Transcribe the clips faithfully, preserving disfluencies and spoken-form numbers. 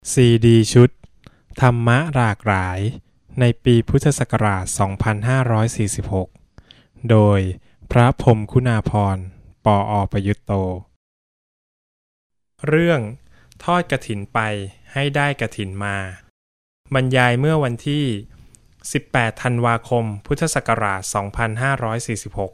ซีดีชุดธรรมะหลากหลายในปีพุทธศักราช สองพันห้าร้อยสี่สิบหก โดยพระพรหมคุณาภรณ์ ปออประยุตโต เรื่องทอดกฐินไปให้ได้กฐินมา บรรยายเมื่อวันที่ สิบแปด ธันวาคม พุทธศักราช สองพันห้าร้อยสี่สิบหก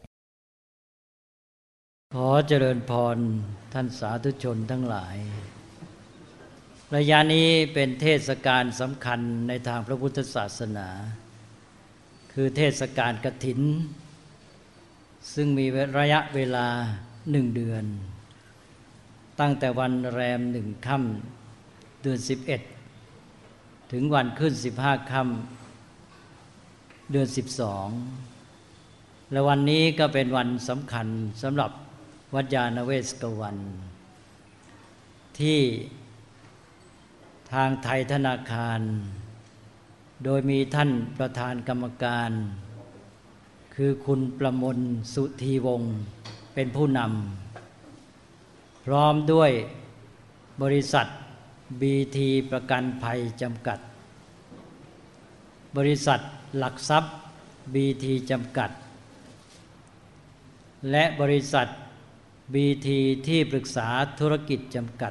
ขอเจริญพรท่านสาธุชนทั้งหลายระยะนี้เป็นเทศกาลสำคัญในทางพระพุทธศาสนาคือเทศกาลกฐินซึ่งมีระยะเวลาหนึ่งเดือนตั้งแต่วันแรมหนึ่งค่ำเดือนสิบเอ็ดถึงวันขึ้นสิบห้าค่ำเดือนสิบสองและวันนี้ก็เป็นวันสำคัญสำหรับวัดยาณเวศกวันที่ทางไทยธนาคารโดยมีท่านประธานกรรมการคือคุณประมลสุธีวงศ์เป็นผู้นำพร้อมด้วยบริษัท บี ที ประกันภัยจำกัดบริษัทหลักทรัพย์ บี ที จำกัดและบริษัท บี ที ที่ปรึกษาธุรกิจจำกัด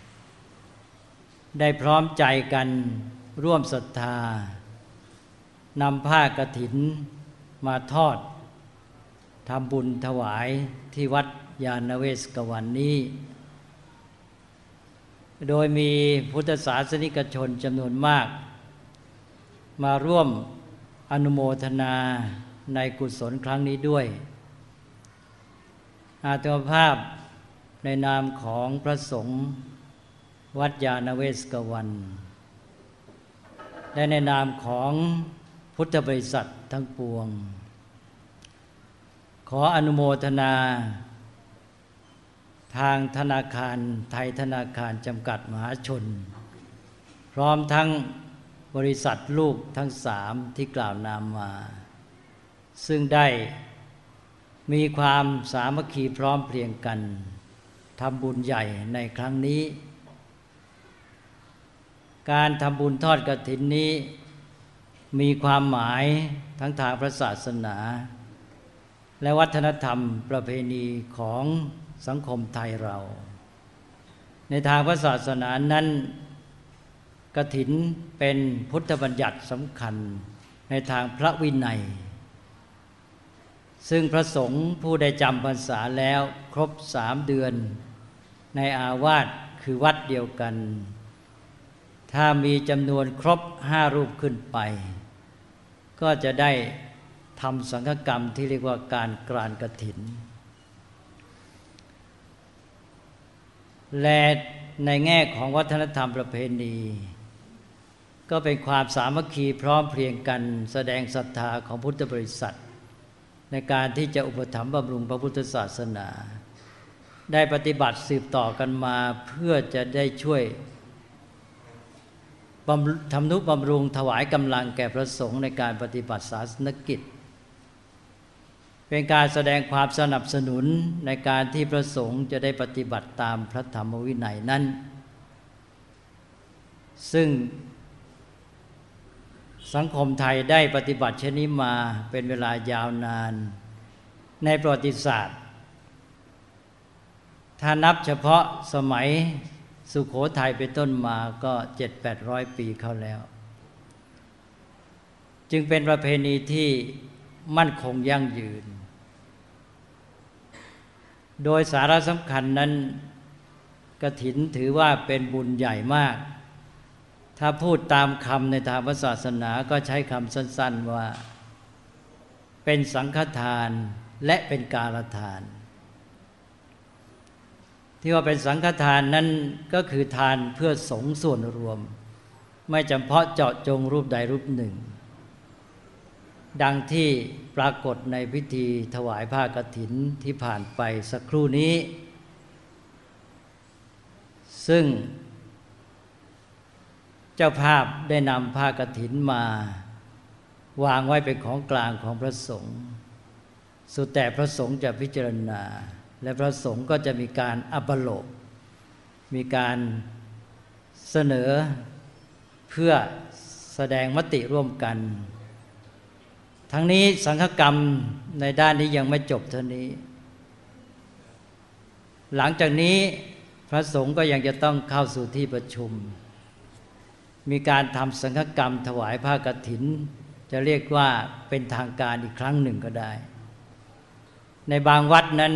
ได้พร้อมใจกันร่วมศรัทธานำผ้ากฐินมาทอดทำบุญถวายที่วัดยาณเวศกวันนี้โดยมีพุทธศาสนิกชนจำนวนมากมาร่วมอนุโมทนาในกุศลครั้งนี้ด้วยอาตมาภาพในนามของพระสงฆ์วัดยาณเวศกวันและในนามของพุทธบริษัททั้งปวงขออนุโมทนาทางธนาคารไทยธนาคารจำกัดมหาชนพร้อมทั้งบริษัทลูกทั้งสามที่กล่าวนามมาซึ่งได้มีความสามัคคีพร้อมเพรียงกันทำบุญใหญ่ในครั้งนี้การทำบุญทอดกฐินนี้มีความหมายทั้งทางพระศาสนาและวัฒนธรรมประเพณีของสังคมไทยเราในทางพระศาสนานั้นกฐินเป็นพุทธบัญญัติสำคัญในทางพระวินัยซึ่งพระสงฆ์ผู้ได้จำพรรษาแล้วครบสามเดือนในอาวาสคือวัดเดียวกันถ้ามีจำนวนครบห้ารูปขึ้นไปก็จะได้ทำสังฆกรรมที่เรียกว่าการกรานกฐินและในแง่ของวัฒนธรรมประเพณีก็เป็นความสามัคคีพร้อมเพรียงกันแสดงศรัทธาของพุทธบริษัทในการที่จะอุปถัมภ์บำรุงพระพุทธศาสนาได้ปฏิบัติสืบต่อกันมาเพื่อจะได้ช่วยทำนุบำรุงถวายกำลังแก่พระสงฆ์ในการปฏิบัติศาสนกิจเป็นการแสดงความสนับสนุนในการที่พระสงฆ์จะได้ปฏิบัติตามพระธรรมวินัยนั้นซึ่งสังคมไทยได้ปฏิบัติเช่นนี้มาเป็นเวลายาวนานในประวัติศาสตร์ถ้านับเฉพาะสมัยสุโขทัยเป็นต้นมาก็ เจ็ดถึงแปดร้อย ปีเข้าแล้วจึงเป็นประเพณีที่มั่นคงยั่งยืนโดยสาระสำคัญนั้นกฐินถือว่าเป็นบุญใหญ่มากถ้าพูดตามคำในทางศาสนาก็ใช้คำสั้นๆว่าเป็นสังฆทานและเป็นกาลทานที่ว่าเป็นสังฆทานนั้นก็คือทานเพื่อสงฆ์ส่วนรวมไม่จำเพาะเจาะจงรูปใดรูปหนึ่งดังที่ปรากฏในพิธีถวายผ้ากฐินที่ผ่านไปสักครู่นี้ซึ่งเจ้าภาพได้นำผ้ากฐินมาวางไว้เป็นของกลางของพระสงฆ์สุดแต่พระสงฆ์จะพิจารณาและพระสงฆ์ก็จะมีการอัปโลกมีการเสนอเพื่อแสดงมติร่วมกันทั้งนี้สังฆกรรมในด้านนี้ยังไม่จบเท่านี้หลังจากนี้พระสงฆ์ก็ยังจะต้องเข้าสู่ที่ประชุมมีการทำสังฆกรรมถวายผ้ากฐินจะเรียกว่าเป็นทางการอีกครั้งหนึ่งก็ได้ในบางวัดนั้น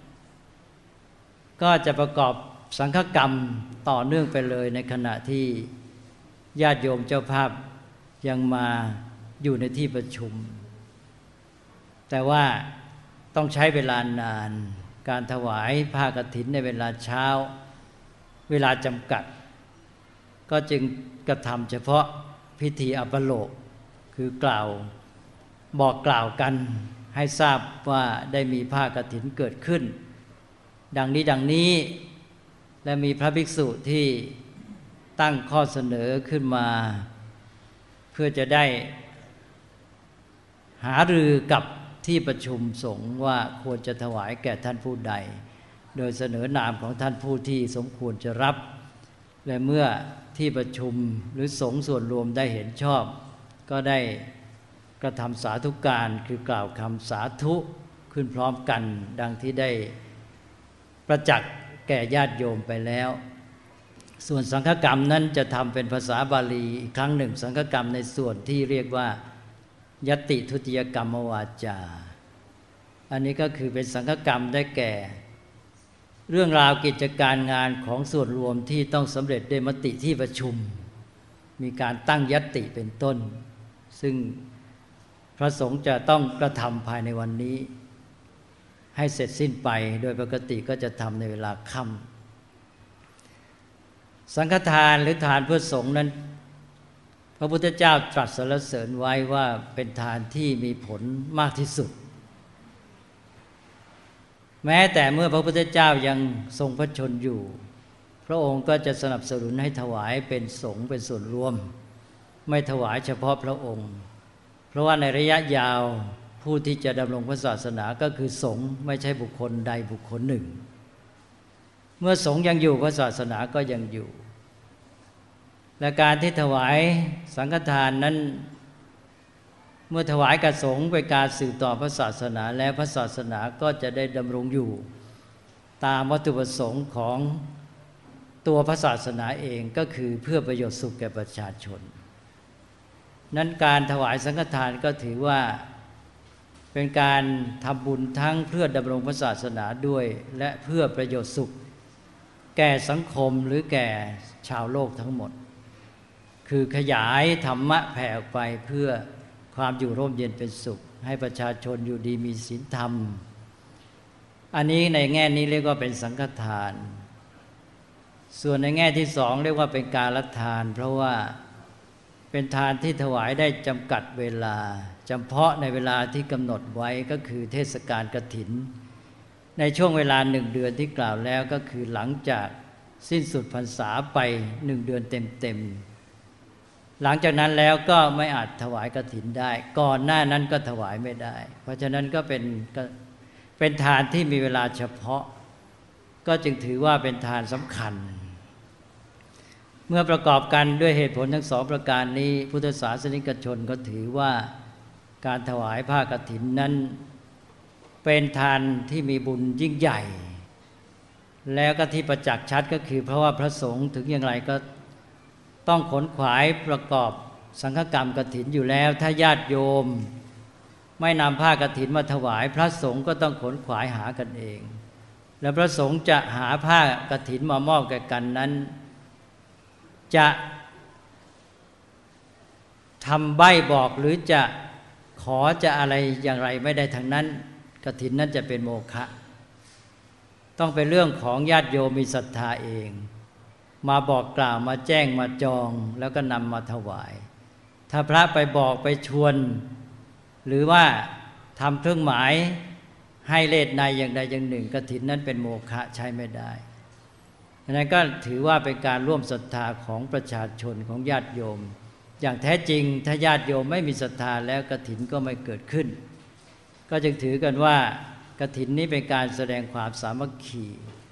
ก็จะประกอบสังฆกรรมต่อเนื่องไปเลยในขณะที่ญาติโยมเจ้าภาพยังมาอยู่ในที่ประชุมแต่ว่าต้องใช้เวลานานการถวายผ้ากฐินในเวลาเช้าเวลาจำกัดก็จึงกระทำเฉพาะพิธีอัปโลกคือกล่าวบอกกล่าวกันให้ทราบว่าได้มีผ้ากฐินเกิดขึ้นดังนี้ดังนี้และมีพระภิกษุที่ตั้งข้อเสนอขึ้นมาเพื่อจะได้หารือกับที่ประชุมสงฆ์ว่าควรจะถวายแก่ท่านผู้ใดโดยเสนอนามของท่านผู้ที่สมควรจะรับและเมื่อที่ประชุมหรือสงฆ์ส่วนรวมได้เห็นชอบก็ได้กระทำสาธุการคือกล่าวคำสาธุขึ้นพร้อมกันดังที่ได้ประจักษ์แก่ญาติโยมไปแล้วส่วนสังฆกรรมนั้นจะทำเป็นภาษาบาลีอีกครั้งหนึ่งสังฆกรรมในส่วนที่เรียกว่ายติทุติยกรรมวาจาอันนี้ก็คือเป็นสังฆกรรมได้แก่เรื่องราวกิจการงานของส่วนรวมที่ต้องสำเร็จด้วยมติที่ประชุมมีการตั้งยติเป็นต้นซึ่งพระสงฆ์จะต้องกระทำภายในวันนี้ให้เสร็จสิ้นไปโดยปกติก็จะทำในเวลาค่ำสังฆทานหรือทานเพื่อสงฆ์นั้นพระพุทธเจ้าตรัสสรรเสริญไว้ว่าเป็นทานที่มีผลมากที่สุดแม้แต่เมื่อพระพุทธเจ้ายังทรงพระชนอยู่พระองค์ก็จะสนับสนุนให้ถวายเป็นสงฆ์เป็นส่วนรวมไม่ถวายเฉพาะพระองค์เพราะว่าในระยะยาวผู้ที่จะดำรงพระศาสนาก็คือสงฆ์ไม่ใช่บุคคลใดบุคคลหนึ่งเมื่อสงฆ์ยังอยู่พระศาสนาก็ยังอยู่และการที่ถวายสังฆทานนั้นเมื่อถวายกับสงฆ์เป็นการสืบต่อพระศาสนาและพระศาสนาก็จะได้ดำรงอยู่ตามวัตถุประสงค์ของตัวพระศาสนาเองก็คือเพื่อประโยชน์สุขแก่ประชาชนนั้นการถวายสังฆทานก็ถือว่าเป็นการทำบุญทั้งเพื่อดำรงพระศาสนาด้วยและเพื่อประโยชน์สุขแก่สังคมหรือแก่ชาวโลกทั้งหมดคือขยายธรรมะแผ่ออกไปเพื่อความอยู่ร่มเย็นเป็นสุขให้ประชาชนอยู่ดีมีศีลธรรมอันนี้ในแง่นี้เรียกว่าเป็นสังฆทานส่วนในแง่ที่สองเรียกว่าเป็นการละทานเพราะว่าเป็นทานที่ถวายได้จำกัดเวลาจำเพาะในเวลาที่กำหนดไว้ก็คือเทศกาลกฐินในช่วงเวลาหนึ่งเดือนที่กล่าวแล้วก็คือหลังจากสิ้นสุดพรรษาไปหนึ่งเดือนเต็มๆหลังจากนั้นแล้วก็ไม่อาจถวายกฐินได้ก่อนหน้านั้นก็ถวายไม่ได้เพราะฉะนั้นก็เป็นเป็นทานที่มีเวลาเฉพาะก็จึงถือว่าเป็นทานสำคัญเมื่อประกอบกันด้วยเหตุผลทั้งสองประการนี้พุทธศาสนิกชนก็ถือว่าการถวายผ้ากฐินนั้นเป็นทานที่มีบุญยิ่งใหญ่แล้วก็ที่ประจักษ์ชัดก็คือเพราะว่าพระสงฆ์ถึงอย่างไรก็ต้องขนขวายประกอบสังฆกรรมกฐินอยู่แล้วถ้าญาติโยมไม่นำผ้ากฐินมาถวายพระสงฆ์ก็ต้องขนขวายหากันเองแล้วพระสงฆ์จะหาผ้ากฐินมามอบแก่กันนั้นจะทำใบ้บอกหรือจะขอจะอะไรอย่างไรไม่ได้ทั้งนั้นกฐินนั้นจะเป็นโมฆะต้องเป็นเรื่องของญาติโยมมีศรัทธาเองมาบอกกล่าวมาแจ้งมาจองแล้วก็นำมาถวายถ้าพระไปบอกไปชวนหรือว่าทำเครื่องหมายให้เลสในอย่างใดอย่างหนึ่งกฐินนั้นเป็นโมฆะใช้ไม่ได้ดังนั้นก็ถือว่าเป็นการร่วมศรัทธาของประชาชนของญาติโยมอย่างแท้จริงถ้าญาติโยมไม่มีศรัทธาแล้วกฐินก็ไม่เกิดขึ้นก็จึงถือกันว่ากฐินนี้เป็นการแสดงความสามัคคี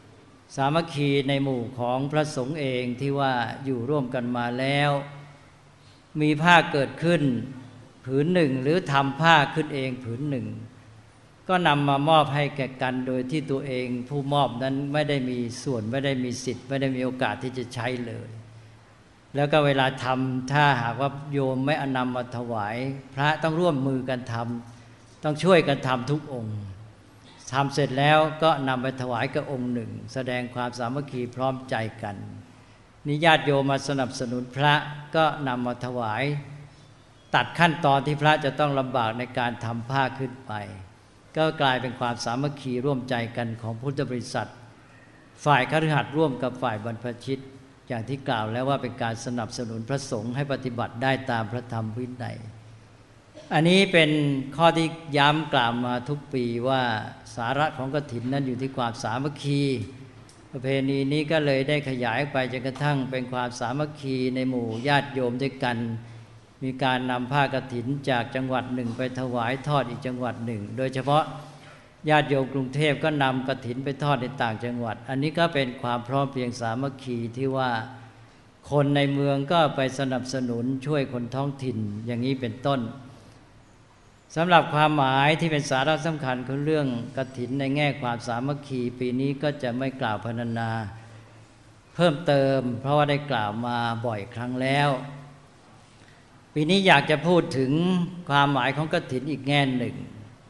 สามัคคีในหมู่ของพระสงฆ์เองที่ว่าอยู่ร่วมกันมาแล้วมีผ้าเกิดขึ้นผืนหนึ่งหรือทำผ้าขึ้นเองผืนหนึ่งก็นำมามอบให้แก่กันโดยที่ตัวเองผู้มอบนั้นไม่ได้มีส่วนไม่ได้มีสิทธิ์ไม่ได้มีโอกาสที่จะใช้เลยแล้วก็เวลาทำถ้าหากว่าโยมไม่อนำมาถวายพระต้องร่วมมือกันทำต้องช่วยกันทำทุกองค์ทำเสร็จแล้วก็นำไปถวายกับองค์หนึ่งแสดงความสามัคคีพร้อมใจกันนิญาติโยมมาสนับสนุนพระก็นำมาถวายตัดขั้นตอนที่พระจะต้องลำบากในการทำผ้าขึ้นไปก็กลายเป็นความสามัคคีร่วมใจกันของพุทธบริษัทฝ่ายคฤหัสถ์ร่วมกับฝ่ายบรรพชิตอย่างที่กล่าวแล้วว่าเป็นการสนับสนุนพระสงฆ์ให้ปฏิบัติได้ตามพระธรรมวินัยอันนี้เป็นข้อที่ย้ำกล่าวมาทุกปีว่าสาระของกฐินนั้นอยู่ที่ความสามัคคีประเพณีนี้ก็เลยได้ขยายไปจนกระทั่งเป็นความสามัคคีในหมู่ญาติโยมด้วยกันมีการนำผ้ากฐินจากจังหวัดหนึ่งไปถวายทอดอีกจังหวัดหนึ่งโดยเฉพาะญาติโยมกรุงเทพก็นำกฐินไปทอดในต่างจังหวัดอันนี้ก็เป็นความพร้อมเพรียงสามัคคีที่ว่าคนในเมืองก็ไปสนับสนุนช่วยคนท้องถิ่นอย่างนี้เป็นต้นสำหรับความหมายที่เป็นสาระสำคัญของเรื่องกฐินในแง่ความสามัคคีปีนี้ก็จะไม่กล่าวพรรณนาเพิ่มเติมเพราะว่าได้กล่าวมาบ่อยครั้งแล้วปีนี้อยากจะพูดถึงความหมายของกฐินอีกแง่หนึ่ง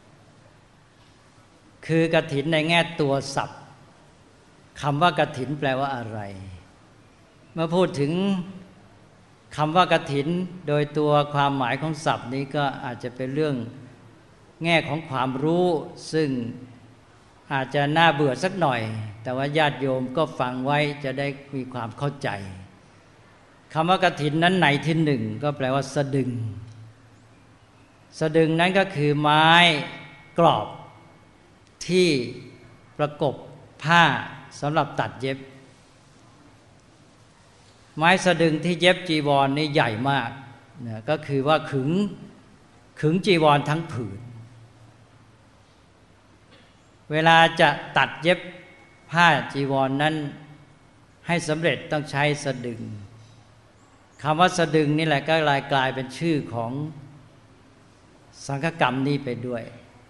คือกฐินในแง่ตัวศัพท์คำว่ากฐินแปลว่าอะไรเมื่อพูดถึงคำว่ากฐินโดยตัวความหมายของศัพท์นี้ก็อาจจะเป็นเรื่องแง่ของความรู้ซึ่งอาจจะน่าเบื่อสักหน่อยแต่ว่าญาติโยมก็ฟังไว้จะได้มีความเข้าใจคำว่ากฐินนั้นในที่หนึ่งก็แปลว่าสะดึงสะดึงนั้นก็คือไม้กรอบที่ประกบผ้าสำหรับตัดเย็บไม้สะดึงที่เย็บจีวร นี่ใหญ่มากนะก็คือว่าขึงขึงจีวรทั้งผืนเวลาจะตัดเย็บผ้าจีวร นั้นให้สำเร็จต้องใช้สะดึงคำว่าสะดึงนี่แหละก็กลายกลายเป็นชื่อของสังฆกรรมนี้ไปด้วย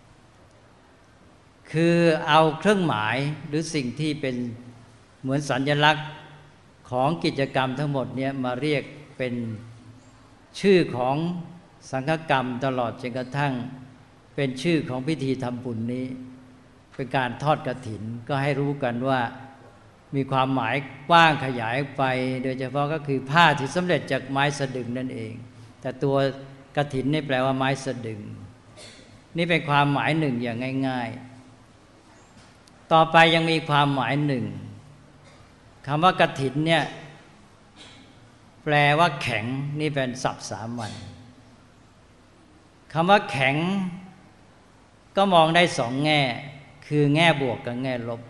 คือเอาเครื่องหมายหรือสิ่งที่เป็นเหมือนสัญลักษณ์ของกิจกรรมทั้งหมดเนี่ยมาเรียกเป็นชื่อของสังฆกรรมตลอดจนกระทั่งเป็นชื่อของพิธีทำบุญนี้เป็นการทอดกฐินก็ให้รู้กันว่ามีความหมายกว้างขยายไปโดยเฉพาะก็คือผ้าที่สำเร็จจากไม้สะดึงนั่นเองแต่ตัวกฐินนี่แปลว่าไม้สะดึงนี่เป็นความหมายหนึ่งอย่างง่ายๆต่อไปยังมีความหมายหนึ่งคำว่ากฐินเนี่ยแปลว่าแข็งนี่เป็นศัพท์สามัญคำว่าแข็งก็มองได้สองแง่คือแง่บวกกับแง่ลบ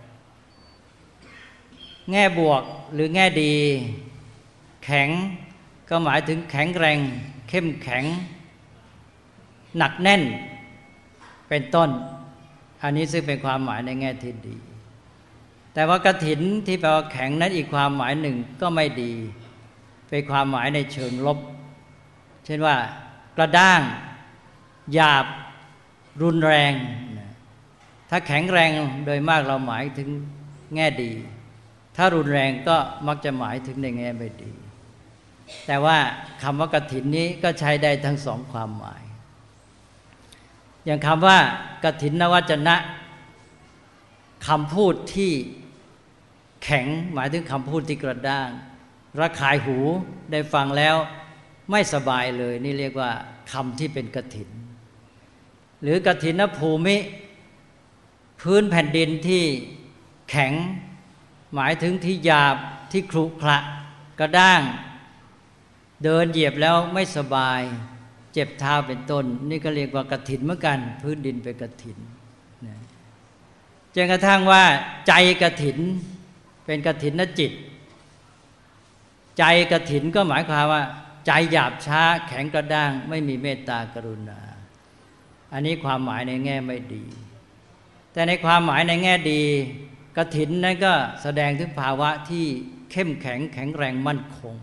แง่บวกหรือแง่ดีแข็งก็หมายถึงแข็งแรงเข้มแข็งหนักแน่นเป็นต้นอันนี้ซึ่งเป็นความหมายในแง่ที่ดีแต่ว่ากฐินที่แปลว่าแข็งนั้นอีกความหมายหนึ่งก็ไม่ดีเป็นความหมายในเชิงลบเช่นว่ากระด้างหยาบรุนแรงถ้าแข็งแรงโดยมากเราหมายถึงแง่ดีถ้ารุนแรงก็มักจะหมายถึงในแง่ไม่ดีแต่ว่าคำว่ากฐินนี้ก็ใช้ได้ทั้งสองความหมายอย่างคำว่ากฐินนวจนะคำพูดที่แข็งหมายถึงคำพูดที่กระด้างระคายหูได้ฟังแล้วไม่สบายเลยนี่เรียกว่าคำที่เป็นกฐินหรือกฐินภูมิพื้นแผ่นดินที่แข็งหมายถึงที่หยาบที่ขรุขระกระด้างเดินเหยียบแล้วไม่สบายเจ็บเท้าเป็นต้นนี่ก็เรียกว่ากฐินเหมือนกันพื้นดินเป็นกฐินจนกระทั่งว่าใจกฐินเป็นกฐินจิตใจกฐินก็หมายความว่าใจหยาบช้าแข็งกระด้างไม่มีเมตตากรุณาอันนี้ความหมายในแง่ไม่ดีแต่ในความหมายในแง่ดีกกฐินนั้นก็แสดงถึงภาวะที่เข้มแข็งแข็งแรงมั่นคง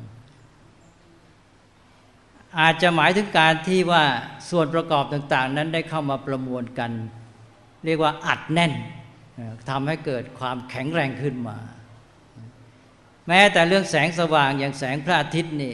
อาจจะหมายถึงการที่ว่าส่วนประกอบต่างๆนั้นได้เข้ามาประมวลกันเรียกว่าอัดแน่นทำให้เกิดความแข็งแรงขึ้นมาแม้แต่เรื่องแสงสว่างอย่างแสงพระอาทิตย์นี่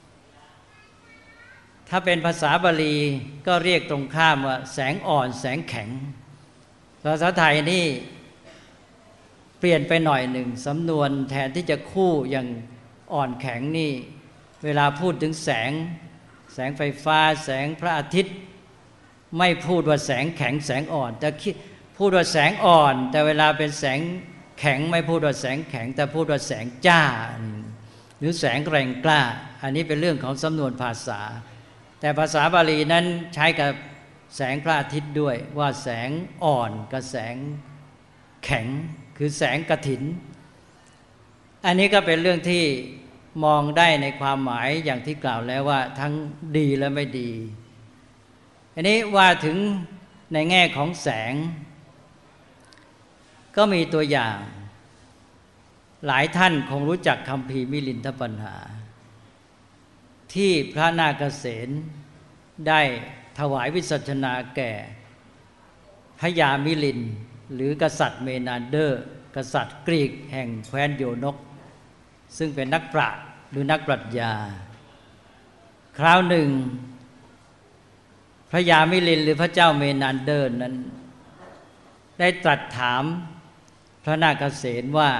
ถ้าเป็นภาษาบาลีก็เรียกตรงข้ามว่าแสงอ่อนแสงแข็งภาษาไทยนี่เปลี่ยนไปหน่อยหนึ่งสำนวนแทนที่จะคู่อย่างอ่อนแข็งนี่เวลาพูดถึงแสงแสงไฟฟ้าแสงพระอาทิตย์ไม่พูดว่าแสงแข็งแสงอ่อนแต่พูดว่าแสงอ่อนแต่เวลาเป็นแสงแข็งไม่พูดว่าแสงแข็งแต่พูดว่าแสงจ้าหรือแสงแรงกล้าอันนี้เป็นเรื่องของสำนวนภาษาแต่ภาษาบาลีนั้นใช้กับแสงพระอาทิตย์ด้วยว่าแสงอ่อนกับแสงแข็งคือแสงกฐินอันนี้ก็เป็นเรื่องที่มองได้ในความหมายอย่างที่กล่าวแล้วว่าทั้งดีและไม่ดีอันนี้ว่าถึงในแง่ของแสงก็มีตัวอย่างหลายท่านคงรู้จักคัมภีร์มิลินทปัญหาที่พระนาคเษนได้ถวายวิสัชนาแก่พญามิลินหรือกษัตริย์เมนาเดอร์กษัตริย์กรีกแห่งแคว้นโยนกซึ่งเป็นนักปราชญ์หรือนักปรัชญาคราวหนึ่งพระยามิลินหรือพระเจ้าเมนาเดอร์นั้นได้ตรัสถามพระนาคเษนว่า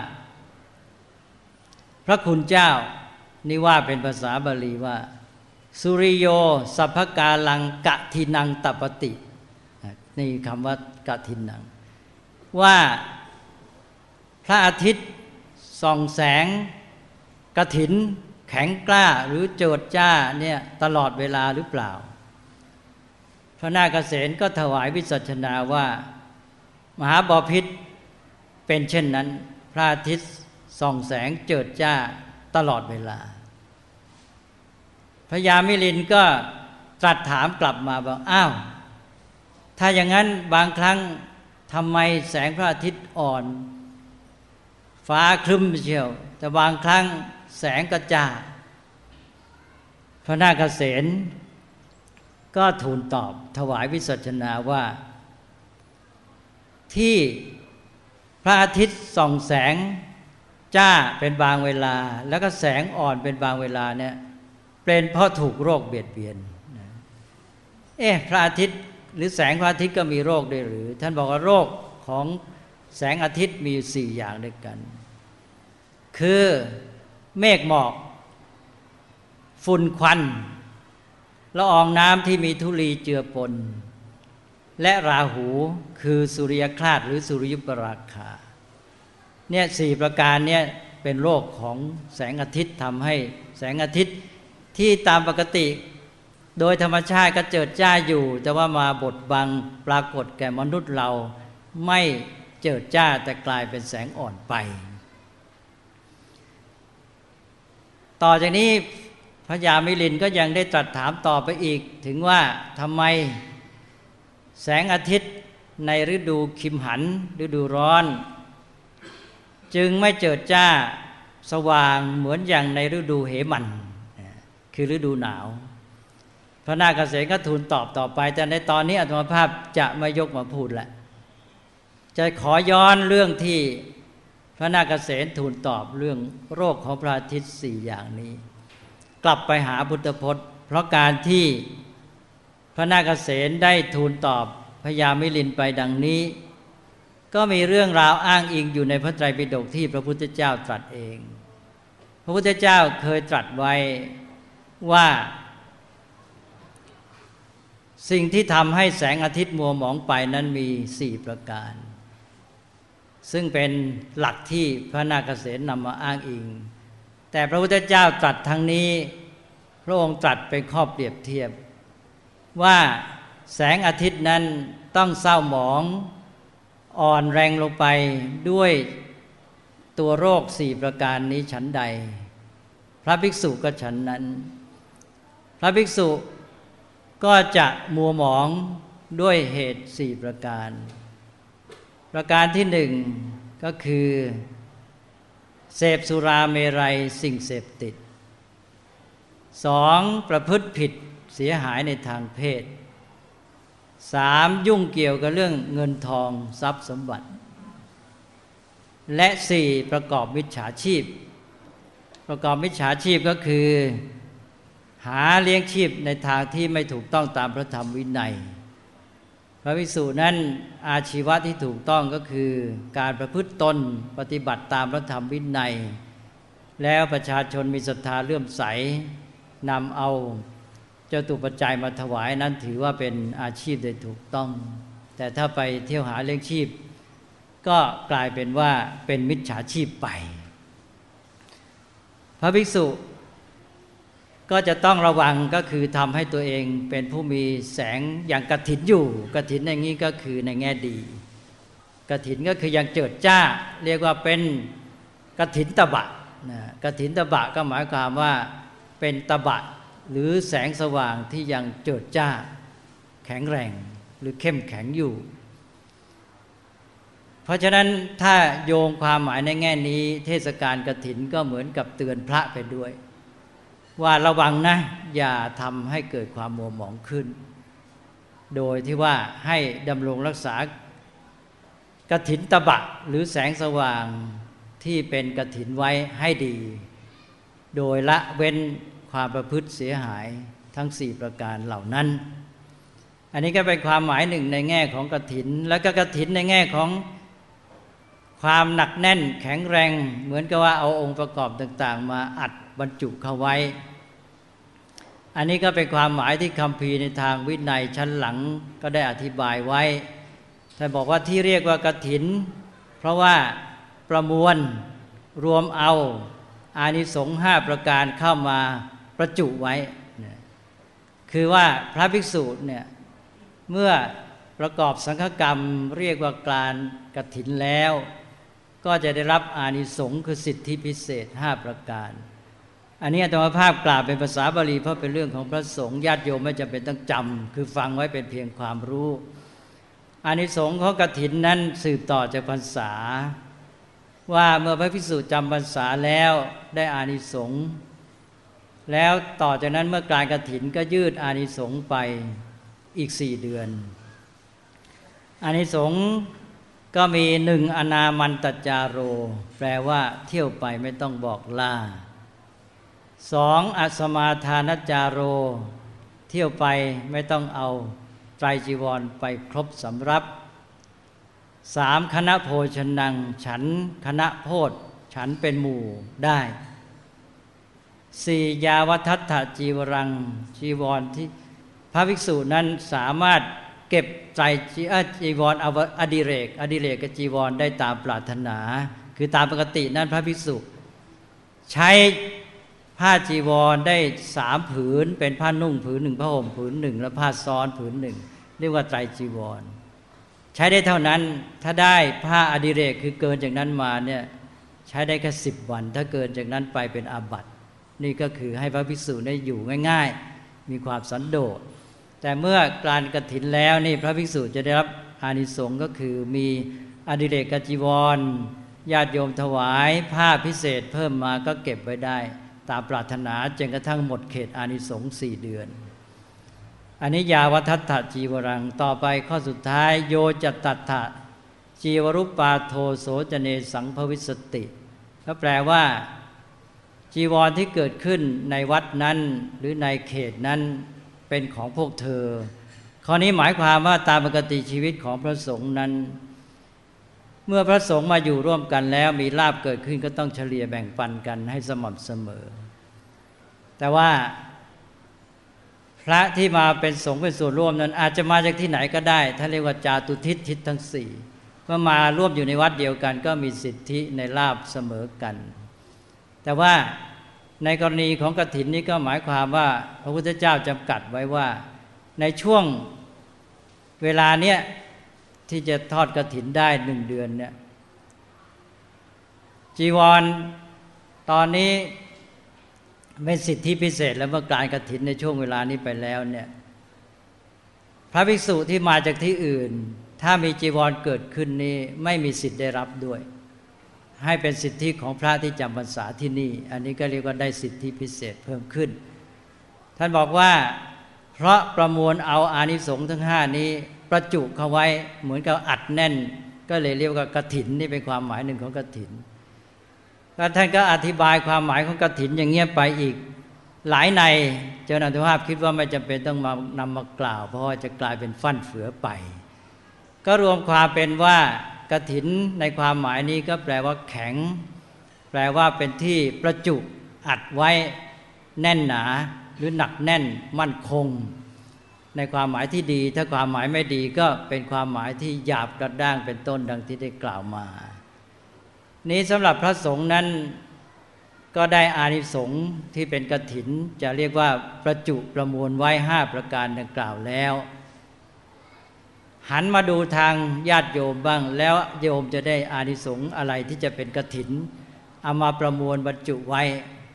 พระคุณเจ้านี่ว่าเป็นภาษาบาลีว่าสุริโยสัพพกาลังกะทินังตัปปตินี่คำว่ากะทินังว่าพระอาทิตย์ส่องแสงกฐินแข็งกล้าหรือโจดจ้าเนี่ยตลอดเวลาหรือเปล่าพระนาคเษนก็ถวายวิสัชนาว่ามหาบพิตรเป็นเช่นนั้นพระอาทิตย์ส่องแสงเจิดจ้าตลอดเวลาพระยามิลินก็ตรัสถามกลับมาบอกอ้าวถ้าอย่างนั้นบางครั้งทำไมแสงพระอาทิตย์อ่อนฟ้าครึ้มเชียวแต่บางครั้งแสงกระจ่างพระนาคเษนก็ทูลตอบถวายวิสัชนาว่าที่พระอาทิตย์ส่องแสงจ้าเป็นบางเวลาแล้วก็แสงอ่อนเป็นบางเวลาเนี่ยเป็นเพราะถูกโรคเบียดเบียนเอ๊ะพระอาทิตย์หรือแสงพระอาทิตย์ก็มีโรคด้วยหรือท่านบอกว่าโรคของแสงอาทิตย์มีอยู่สี่อย่างด้วยกันคือเมฆหมอกฝุ่นควันละอองน้ำที่มีธุลีเจือปนและราหูคือสุริยคราสหรือสุริยุปราคาเนี่ยสี่ประการเนี่ยเป็นโรคของแสงอาทิตย์ทำให้แสงอาทิตย์ที่ตามปกติโดยธรรมชาติก็เจิดจ้าอยู่แต่ว่ามาบดบังปรากฏแก่มนุษย์เราไม่เจิดจ้าแต่กลายเป็นแสงอ่อนไปต่อจากนี้พระยามิลินก็ยังได้ตรัสถามต่อไปอีกถึงว่าทำไมแสงอาทิตย์ในฤดูคิมหันฤดูร้อนจึงไม่เจิดจ้าสว่างเหมือนอย่างในฤดูเหมันคือฤดูหนาวพระนาคเษนก็ทูลตอบต่อไปแต่ในตอนนี้อาตมาภาพจะไม่ยกมาพูดละจะขอย้อนเรื่องที่พระนาคเษนทูลตอบเรื่องโรคของพระอาทิตย์สี่อย่างนี้กลับไปหาพุทธพจน์เพราะการที่พระนาคเษนได้ทูลตอบพระยามิลินไปดังนี้ก็มีเรื่องราวอ้างอิงอยู่ในพระไตรปิฎกที่พระพุทธเจ้าตรัสเองพระพุทธเจ้าเคยตรัสไว้ว่าสิ่งที่ทำให้แสงอาทิตย์มัวหมองไปนั้นมีสี่ประการซึ่งเป็นหลักที่พระนาคเษนนำมาอ้างอิงแต่พระพุทธเจ้าตรัสทั้งนี้พระองค์ตรัสเป็นข้อเปรียบเทียบว่าแสงอาทิตย์นั้นต้องเศร้าหมองอ่อนแรงลงไปด้วยตัวโรคสี่ประการนี้ฉันใดพระภิกษุก็ฉันนั้นพระภิกษุก็จะมัวหมองด้วยเหตุสี่ประการประการที่หนึ่งก็คือเสพสุราเมรัยสิ่งเสพติดสองประพฤติผิดเสียหายในทางเพศสามยุ่งเกี่ยวกับเรื่องเงินทองทรัพย์สมบัติและสี่ประกอบมิจฉาชีพประกอบมิจฉาชีพก็คือหาเลี้ยงชีพในทางที่ไม่ถูกต้องตามพระธรรมวินัยพระภิกษุนั้นอาชีวะที่ถูกต้องก็คือการประพฤติตนปฏิบัติตามพระธรรมวินัยแล้วประชาชนมีศรัทธาเลื่อมใสนำเอาเจ้าตุปัจจัยมาถวายนั้นถือว่าเป็นอาชีพโดยถูกต้องแต่ถ้าไปเที่ยวหาเลี้ยงชีพก็กลายเป็นว่าเป็นมิจฉาชีพไปพระภิกษุก็จะต้องระวังก็คือทำให้ตัวเองเป็นผู้มีแสงอย่างกฐินอยู่กฐินอย่างนี้ก็คือในแง่ดีกฐินก็คืออย่างเจิดจ้าเรียกว่าเป็นกฐินตบะนะกฐินตบะก็หมายความว่าเป็นตบะหรือแสงสว่างที่ยังเจิดจ้าแข็งแรงหรือเข้มแข็งอยู่เพราะฉะนั้นถ้าโยงความหมายในแง่นี้เทศกาลกฐินก็เหมือนกับเตือนพระไปด้วยว่าระวังนะอย่าทำให้เกิดความมัวหมองขึ้นโดยที่ว่าให้ดำรงรักษากฐินตบะหรือแสงสว่างที่เป็นกฐินไว้ให้ดีโดยละเว้นความประพฤติเสียหายทั้งสี่ประการเหล่านั้นอันนี้ก็เป็นความหมายหนึ่งในแง่ของกฐินแล้วก็กฐินในแง่ของความหนักแน่นแข็งแรงเหมือนกับว่าเอาองค์ประกอบต่างๆมาอัดบรรจุเข้าไว้อันนี้ก็เป็นความหมายที่คัมภีร์ในทางวินัยชั้นหลังก็ได้อธิบายไว้ท่านบอกว่าที่เรียกว่ากฐินเพราะว่าประมวลรวมเอาอานิสงส์ห้าประการเข้ามาประจุไว้คือว่าพระภิกษุเนี่ยเมื่อประกอบสังฆกรรมเรียกว่าการกฐินแล้วก็จะได้รับอานิสงส์คือสิทธิพิเศษห้าประการอันนี้อาตมาภาพกล่าวเป็นภาษาบาลีเพราะเป็นเรื่องของพระสงฆ์ญาติโยมไม่จำเป็นต้องจำคือฟังไว้เป็นเพียงความรู้อานิสงส์ของกฐินนั้นสืบต่อจากพรรษาว่าเมื่อพระภิกษุจำพรรษาแล้วได้อานิสงส์แล้วต่อจากนั้นเมื่อกลางกฐินก็ยืดอานิสงส์ไปอีกสี่เดือนอานิสงส์ก็มีหนึ่งอนามันตจาโรแปลว่าเที่ยวไปไม่ต้องบอกลาสองอัสมาทานจาโรเที่ยวไปไม่ต้องเอาไตรจีวรไปครบสำรับสามคณะโภชนังฉันคณะโพธฉันเป็นหมู่ได้สี่ยาวัฏัตถจีวรังจีวรที่พระภิกษุนั้นสามารถเก็บไตรจีวรอดิเรกอดิเรกจีวรได้ตามปรารถนาคือตามปกตินั้นพระภิกษุใช้ผ้าจีวรได้สามผืนเป็นผ้านุ่งผืนหนึ่งผ้าห่มผืนหนึ่งและผ้าซ้อนผืนหนึ่งเรียกว่าไตรจีวรใช้ได้เท่านั้นถ้าได้ผ้าอดิเรกคือเกินจากนั้นมาเนี่ยใช้ได้แค่สิบวันถ้าเกินจากนั้นไปเป็นอาบัตินี่ก็คือให้พระภิกษุได้อยู่ง่ายๆมีความสันโดษแต่เมื่อกลานกฐินแล้วนี่พระภิกษุจะได้รับอานิสงส์ก็คือมีอดิเรกจีวรญาติโยมถวายผ้าพิเศษเพิ่มมาก็เก็บไว้ได้ตามปรารถนาจนกระทั่งหมดเขตอานิสงส์สี่เดือนอันนี้ยาวัฏัตถจีวรังต่อไปข้อสุดท้ายโยจัตตัตถะจีวรุปปาโทโสจเนสังภวิสติก็แปลว่าจีวรที่เกิดขึ้นในวัดนั้นหรือในเขตนั้นเป็นของพวกเธอข้อนี้หมายความว่าตามปกติชีวิตของพระสงฆ์นั้นเมื่อพระสงฆ์มาอยู่ร่วมกันแล้วมีลาภเกิดขึ้นก็ต้องเฉลี่ยแบ่งปันกันให้สม่ำเสมอแต่ว่าพระที่มาเป็นสงฆ์เป็นส่วนร่วมนั้นอาจจะมาจากที่ไหนก็ได้ถ้าเรียกว่าจาตุทิศทิศทั้งสี่เมื่อมาร่วมอยู่ในวัดเดียวกันก็มีสิทธิในลาภเสมอกันแต่ว่าในกรณีของกฐินนี้ก็หมายความว่าพระพุทธเจ้าจำกัดไว้ว่าในช่วงเวลาเนี้ยที่จะทอดกฐินได้หนึ่งเดือนเนี่ยจีวรตอนนี้เป็นสิทธิพิเศษแล้วเมื่อกลางกฐินในช่วงเวลานี้ไปแล้วเนี่ยพระภิกษุที่มาจากที่อื่นถ้ามีจีวรเกิดขึ้นนี้ไม่มีสิทธิ์ได้รับด้วยให้เป็นสิทธิของพระที่จำพรรษาที่นี่อันนี้ก็เรียกว่าได้สิทธิพิเศษเพิ่มขึ้นท่านบอกว่าเพราะประมวลเอาอานิสงส์ทั้งห้านี้ประจุเข้าไว้เหมือนกับอัดแน่นก็เลยเรียกว่ากฐินนี่เป็นความหมายหนึ่งของกฐินแล้วท่านก็อธิบายความหมายของกฐินอย่างเงี้ยไปอีกหลายในเจ้าหน้าที่ภาพคิดว่าไม่จำเป็นต้องมานำมากล่าวเพราะว่าจะกลายเป็นฟั่นเฟือไปก็รวมความเป็นว่ากฐินในความหมายนี้ก็แปลว่าแข็งแปลว่าเป็นที่ประจุอัดไว้แน่นหนาหรือหนักแน่นมั่นคงในความหมายที่ดีถ้าความหมายไม่ดีก็เป็นความหมายที่หยาบกระด้างเป็นต้นดังที่ได้กล่าวมานี้สำหรับพระสงฆ์นั้นก็ได้อานิสงส์ที่เป็นกฐินจะเรียกว่าประจุประมวลไว้ห้าประการดังกล่าวแล้วหันมาดูทางญาติโยมบ้างแล้วโยมจะได้อานิสงส์อะไรที่จะเป็นกฐินเอามาประมวลบรรจุไว้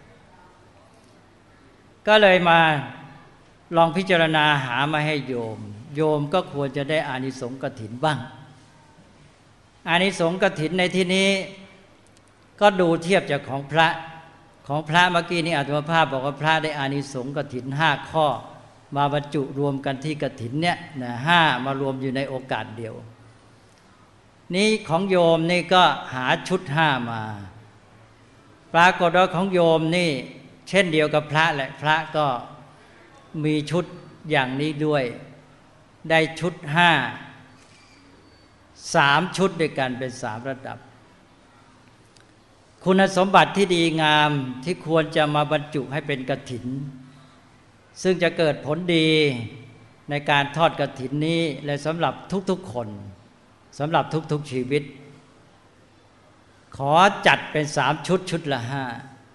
ก็เลยมาลองพิจารณาหามาให้โยมโยมก็ควรจะได้อานิสงส์กฐินบ้างอานิสงส์กฐินในที่นี้ก็ดูเทียบจากของพระของพระเมื่อกี้นี้อาตมาภาพบอกว่าพระได้อานิสงส์กฐินห้าข้อมาบรรจุรวมกันที่กฐินเนี่ยนะห้ามารวมอยู่ในโอกาสเดียวนี้ของโยมนี่ก็หาชุดห้ามาปรากฏว่าของโยมนี่เช่นเดียวกับพระแหละพระก็มีชุดอย่างนี้ด้วยได้ชุดห้าสามชุดด้วยกันเป็นสามระดับคุณสมบัติที่ดีงามที่ควรจะมาบรรจุให้เป็นกฐินซึ่งจะเกิดผลดีในการทอดกฐินนี้และสำหรับทุกๆคนสำหรับทุกๆชีวิตขอจัดเป็นสามชุดชุดละห้า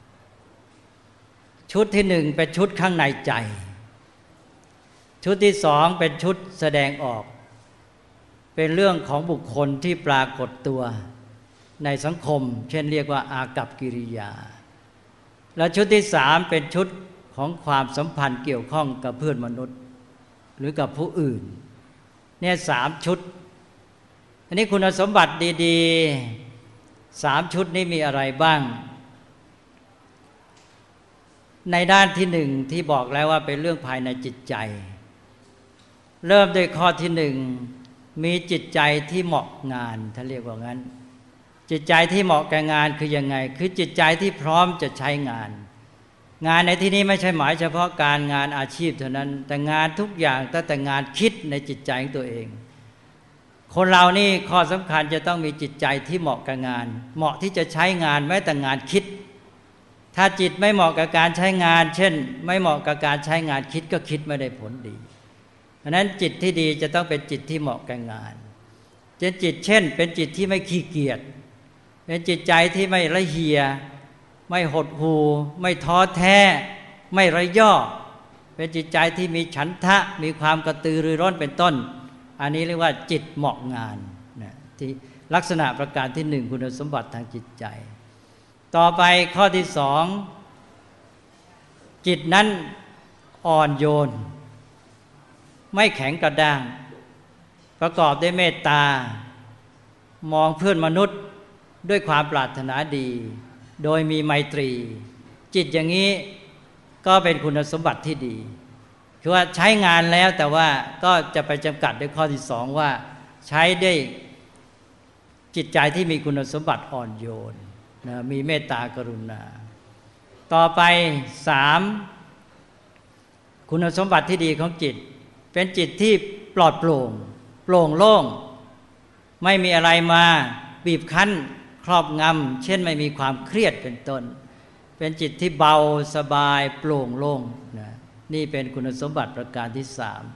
ชุดที่หนึ่งเป็นชุดข้างในใจชุดที่สองเป็นชุดแสดงออกเป็นเรื่องของบุคคลที่ปรากฏตัวในสังคมเช่นเรียกว่าอากัปกิริยาและชุดที่สามเป็นชุดของความสัมพันธ์เกี่ยวข้องกับเพื่อนมนุษย์หรือกับผู้อื่นเนี่ยสามชุดอันนี้คุณสมบัติดีๆสามชุดนี้มีอะไรบ้างในด้านที่หนึ่งที่บอกแล้วว่าเป็นเรื่องภายในจิตใจเริ่มด้วยข้อที่หนึ่งมีจิตใจที่เหมาะงานถ้าเรียกว่างั้นจิตใจที่เหมาะแก่งานคือยังไงคือจิตใจที่พร้อมจะใช้งานงานในที่นี้ไม่ใช่หมายเฉพาะการงานอาชีพเท่านั้นแต่งานทุกอย่างตั้งแต่งานคิดในจิตใจของตัวเองคนเรานี่ข้อสำคัญจะต้องมีจิตใจที่เหมาะกับงานเหมาะที่จะใช้งานแม้แต่งานคิดถ้าจิตไม่เหมาะกับการใช้งานเช่นไม่เหมาะกับการใช้งานคิดก็คิดไม่ได้ผลดีเพราะนั้นจิตที่ดีจะต้องเป็นจิตที่เหมาะกับงานเป็นจิตเช่นเป็นจิตที่ไม่ขี้เกียจเป็นจิตใจที่ไม่ละเหี่ยไม่หดหู่ไม่ท้อแท้ไม่ระย่อเป็นจิตใจที่มีฉันทะมีความกระตือรือร้นเป็นต้นอันนี้เรียกว่าจิตเหมาะงานนะที่ลักษณะประการที่หนึ่งคุณสมบัติทางจิตใจต่อไปข้อที่สองจิตนั้นอ่อนโยนไม่แข็งกระด้างประกอบด้วยเมตตามองเพื่อนมนุษย์ด้วยความปรารถนาดีโดยมีไมตรีจิตอย่างนี้ก็เป็นคุณสมบัติที่ดีคือว่าใช้งานแล้วแต่ว่าก็จะไปจำกัดด้วยข้อที่สองว่าใช้ได้จิตใจที่มีคุณสมบัติอ่อนโยนนะมีเมตตากรุณาต่อไปสามคุณสมบัติที่ดีของจิตเป็นจิตที่ปลอดโปร่งโปร่งโล่งไม่มีอะไรมาบีบคั้นครอบงำเช่นไม่มีความเครียดเป็นต้นเป็นจิตที่เบาสบายโปร่งโล่งนะนี่เป็นคุณสมบัติประการที่สาม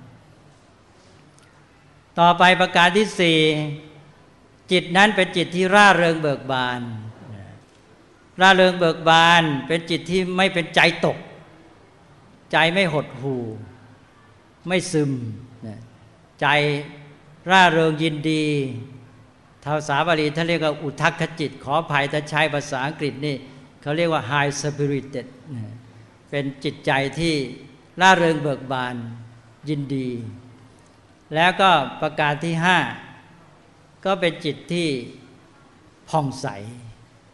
ต่อไปประการที่สี่จิตนั้นเป็นจิตที่ร่าเริงเบิกบานร่าเริงเบิกบานเป็นจิตที่ไม่เป็นใจตกใจไม่หดหู่ไม่ซึมใจร่าเริงยินดีภาษาบาลีท่านเรียกว่าอุทธัคคจิตขออภัยถ้าใช้ภาษาอังกฤษนี่เขาเรียกว่า high spirited เป็นจิตใจที่ร่าเริงเบิกบานยินดีแล้วก็ประการที่ห้าก็เป็นจิตที่ผ่องใส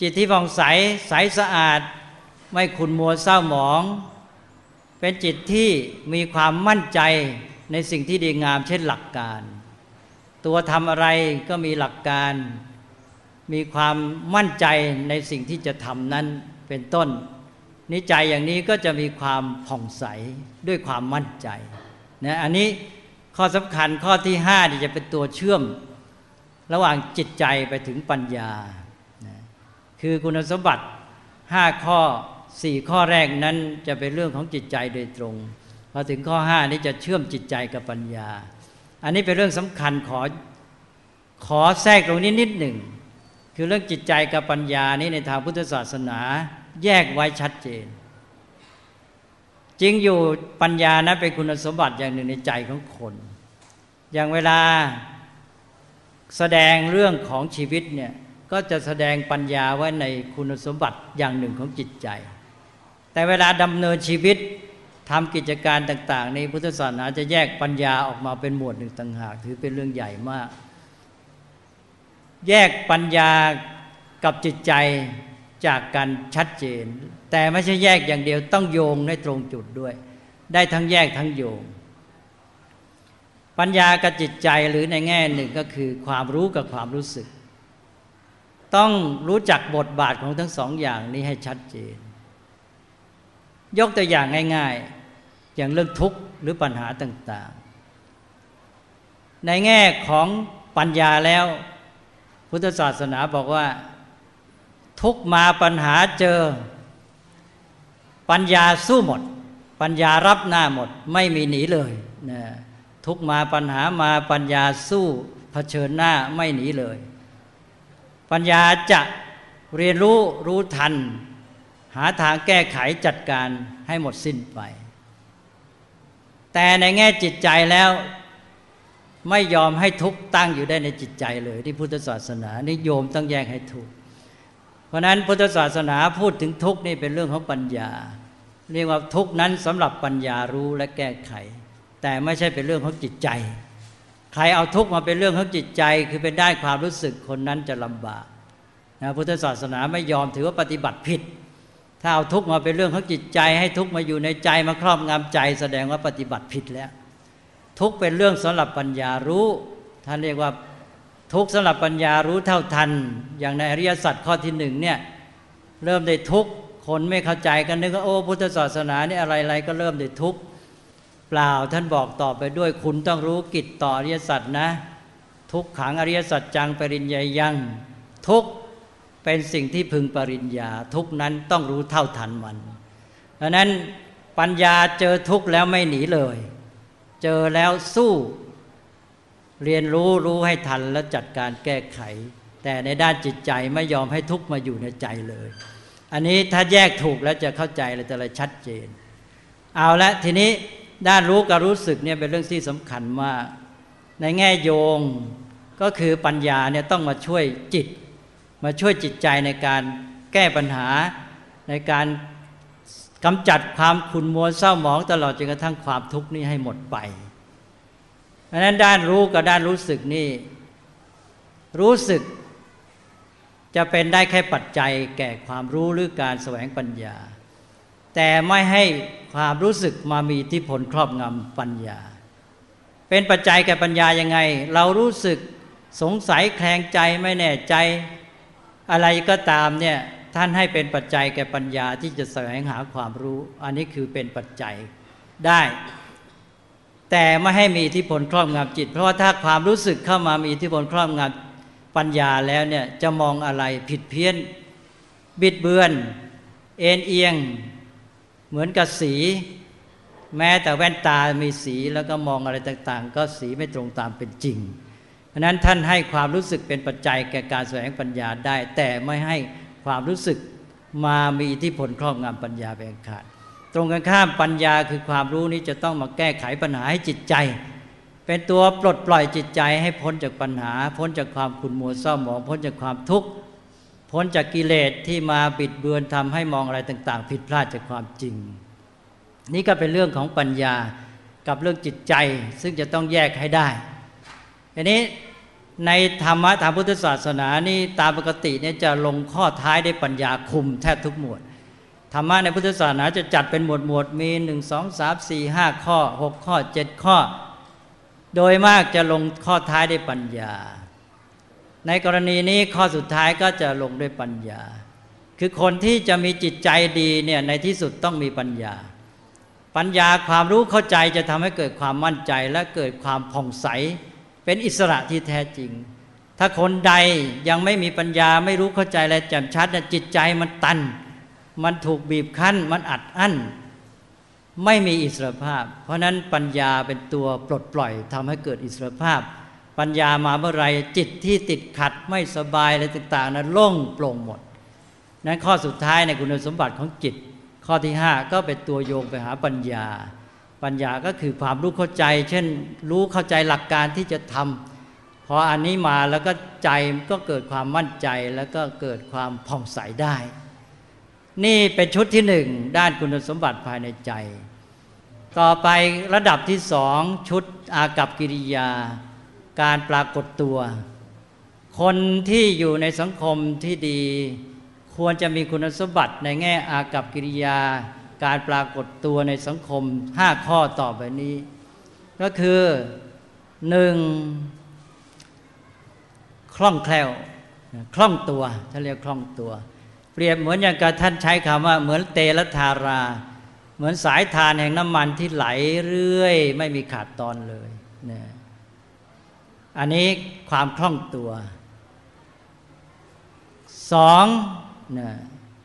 จิตที่ผ่องใสใสสะอาดไม่ขุ่นมัวเศร้าหมองเป็นจิตที่มีความมั่นใจในสิ่งที่ดีงามเช่นหลักการตัวทำอะไรก็มีหลักการมีความมั่นใจในสิ่งที่จะทำนั้นเป็นต้นนิจใจอย่างนี้ก็จะมีความผ่องใสด้วยความมั่นใจนะอันนี้ข้อสำคัญข้อที่ห้าที่จะเป็นตัวเชื่อมระหว่างจิตใจไปถึงปัญญานะคือคุณสมบัติห้าข้อสี่ข้อแรกนั้นจะเป็นเรื่องของจิตใจโดยตรงพอถึงข้อห้านี้จะเชื่อมจิตใจกับปัญญาอันนี้เป็นเรื่องสำคัญขอขอแทรกตรงนี้นิดหนึ่งคือเรื่องจิตใจกับปัญญานี้ในทางพุทธศาสนาแยกไว้ชัดเจนจริงอยู่ปัญญานั้นเป็นคุณสมบัติอย่างหนึ่งในใจของคนอย่างเวลาแสดงเรื่องของชีวิตเนี่ยก็จะแสดงปัญญาไว้ในคุณสมบัติอย่างหนึ่งของจิตใจแต่เวลาดำเนินชีวิตทำกิจการต่างๆในพุทธศาสนาจะแยกปัญญาออกมาเป็นหมวดหนึ่งต่างหากถือเป็นเรื่องใหญ่มากแยกปัญญากับจิตใจจากกันชัดเจนแต่ไม่ใช่แยกอย่างเดียวต้องโยงให้ตรงจุดด้วยได้ทั้งแยกทั้งโยงปัญญากับจิตใจหรือในแง่หนึ่งก็คือความรู้กับความรู้สึกต้องรู้จักบทบาทของทั้งสองอย่างนี้ให้ชัดเจนยกตัวอย่างง่ายๆอย่างเรื่องทุกข์หรือปัญหาต่างๆในแง่ของปัญญาแล้วพุทธศาสนาบอกว่าทุกข์มาปัญหาเจอปัญญาสู้หมดปัญญารับหน้าหมดไม่มีหนีเลยนะทุกข์มาปัญหามาปัญญาสู้เผชิญหน้าไม่หนีเลยปัญญาจะเรียนรู้รู้ทันหาทางแก้ไขจัดการให้หมดสิ้นไปแต่ในแง่จิตใจแล้วไม่ยอมให้ทุกข์ตั้งอยู่ได้ในจิตใจเลยที่พุทธศาสนานิยมต้องแยกให้ถูกเพราะนั้นพุทธศาสนาพูดถึงทุกข์นี่เป็นเรื่องของปัญญาเรียกว่าทุกข์นั้นสำหรับปัญญารู้และแก้ไขแต่ไม่ใช่เป็นเรื่องของจิตใจใครเอาทุกข์มาเป็นเรื่องของจิตใจคือเป็นได้ความรู้สึกคนนั้นจะลำบากนะพุทธศาสนาไม่ยอมถือว่าปฏิบัติผิดถ้าเอาทุกข์มาเป็นเรื่องของจิตใจให้ทุกข์มาอยู่ในใจมาครอบงำใจแสดงว่าปฏิบัติผิดแล้วทุกข์เป็นเรื่องสำหรับปัญญารู้ท่านเรียกว่าทุกข์สำหรับปัญญารู้เท่าทันอย่างในอริยสัจข้อที่หนึ่งเนี่ยเริ่มได้ทุกข์คนไม่เข้าใจกันนึกว่าโอ้พุทธศาสนานี่อะไรๆก็เริ่มได้ทุกข์เปล่าท่านบอกต่อไปด้วยคุณต้องรู้กิจต่ออริยสัจนะทุกขังอริยสัจจังปริญญายังทุกข์เป็นสิ่งที่พึงปริญญาทุกข์นั้นต้องรู้เท่าทันมันเพราะนั้นปัญญาเจอทุกข์แล้วไม่หนีเลยเจอแล้วสู้เรียนรู้รู้ให้ทันและจัดการแก้ไขแต่ในด้านจิตใจไม่ยอมให้ทุกข์มาอยู่ในใจเลยอันนี้ถ้าแยกถูกแล้วจะเข้าใจเลยแต่ละชัดเจนเอาละทีนี้ด้านรู้กับรู้สึกเนี่ยเป็นเรื่องที่สำคัญมากในแง่โยงก็คือปัญญาเนี่ยต้องมาช่วยจิตมาช่วยจิตใจในการแก้ปัญหาในการกำจัดความขุ่นมัวเศร้าหมองตลอดจนกระทั่งความทุกข์นี้ให้หมดไปเพราะฉะนั้นด้านรู้กับด้านรู้สึกนี่รู้สึกจะเป็นได้แค่ปัจจัยแก่ความรู้หรือการแสวงปัญญาแต่ไม่ให้ความรู้สึกมามีอิทธิพลครอบงำปัญญาเป็นปัจจัยแก่ปัญญายังไงเรารู้สึกสงสัยแคลงใจไม่แน่ใจอะไรก็ตามเนี่ยท่านให้เป็นปัจจัยแก่ปัญญาที่จะแสวงหาความรู้อันนี้คือเป็นปัจจัยได้แต่ไม่ให้มีอิทธิพลครอบงำจิตเพราะว่าถ้าความรู้สึกเข้ามามีอิทธิพลครอบงำปัญญาแล้วเนี่ยจะมองอะไรผิดเพี้ยนบิดเบือนเอ็นเอียงเหมือนกับสีแม้แต่แว่นตามีสีแล้วก็มองอะไรต่างๆก็สีไม่ตรงตามเป็นจริงเพราะนั้นท่านให้ความรู้สึกเป็นปัจจัยแก่การแสวงปัญญาได้แต่ไม่ให้ความรู้สึกมามีอิทธิพลครอบงำปัญญาแบ่งขาดตรงกันข้ามปัญญาคือความรู้นี้จะต้องมาแก้ไขปัญหาให้จิตใจเป็นตัวปลดปล่อยจิตใจให้พ้นจากปัญหาพ้นจากความขุ่นมัวเศร้าหมองพ้นจากความทุกข์พ้นจากกิเลสที่มาบิดเบือนทำให้มองอะไรต่างๆผิดพลาดจากความจริงนี่ก็เป็นเรื่องของปัญญากับเรื่องจิตใจซึ่งจะต้องแยกให้ได้ทีนี้ในธรรมะทางพุทธศาสนานี่ตามปกติเนี่ยจะลงข้อท้ายด้วยปัญญาคุมแทบทุกหมวดธรรมะในพุทธศาสนาจะจัดเป็นหมวดหมวดมีหนึ่ง สอง สาม สี่ ห้าข้อหกข้อเจ็ดข้อโดยมากจะลงข้อท้ายด้วยปัญญาในกรณีนี้ข้อสุดท้ายก็จะลงด้วยปัญญาคือคนที่จะมีจิตใจดีเนี่ยในที่สุดต้องมีปัญญาปัญญาความรู้เข้าใจจะทำให้เกิดความมั่นใจและเกิดความผ่องใสเป็นอิสระที่แท้จริงถ้าคนใดยังไม่มีปัญญาไม่รู้เข้าใจและแจ่มชัดจิตใจมันตันมันถูกบีบคั้นมันอัดอั้นไม่มีอิสรภาพเพราะนั้นปัญญาเป็นตัวปลดปล่อยทำให้เกิดอิสรภาพปัญญามาเมื่อไรจิตที่ติดขัดไม่สบายอะไรต่างๆนั้นโล่งโปร่งหมดนั้นข้อสุดท้ายในคุณสมบัติของจิตข้อที่ห้าก็เป็นตัวโยงไปหาปัญญาปัญญาก็คือความรู้เข้าใจเช่นรู้เข้าใจหลักการที่จะทำพออันนี้มาแล้วก็ใจก็เกิดความมั่นใจแล้วก็เกิดความผ่องใสได้นี่เป็นชุดที่หนึ่งด้านคุณสมบัติภายในใจต่อไประดับที่สองชุดอากัปกิริยาการปรากฏตัวคนที่อยู่ในสังคมที่ดีควรจะมีคุณสมบัติในแง่อากัปกิริยาการปรากฏตัวในสังคมห้าข้อต่อไปนี้ก็คือหนึ่งคล่องแคล่วคล่องตัวท่านเรียกคล่องตัวเปรียบเหมือนอย่างกับท่านใช้คำว่าเหมือนเตลธาราเหมือนสายทานแห่งน้ำมันที่ไหลเรื่อยไม่มีขาดตอนเลยเนี่ยอันนี้ความคล่องตัวสองเนี่ย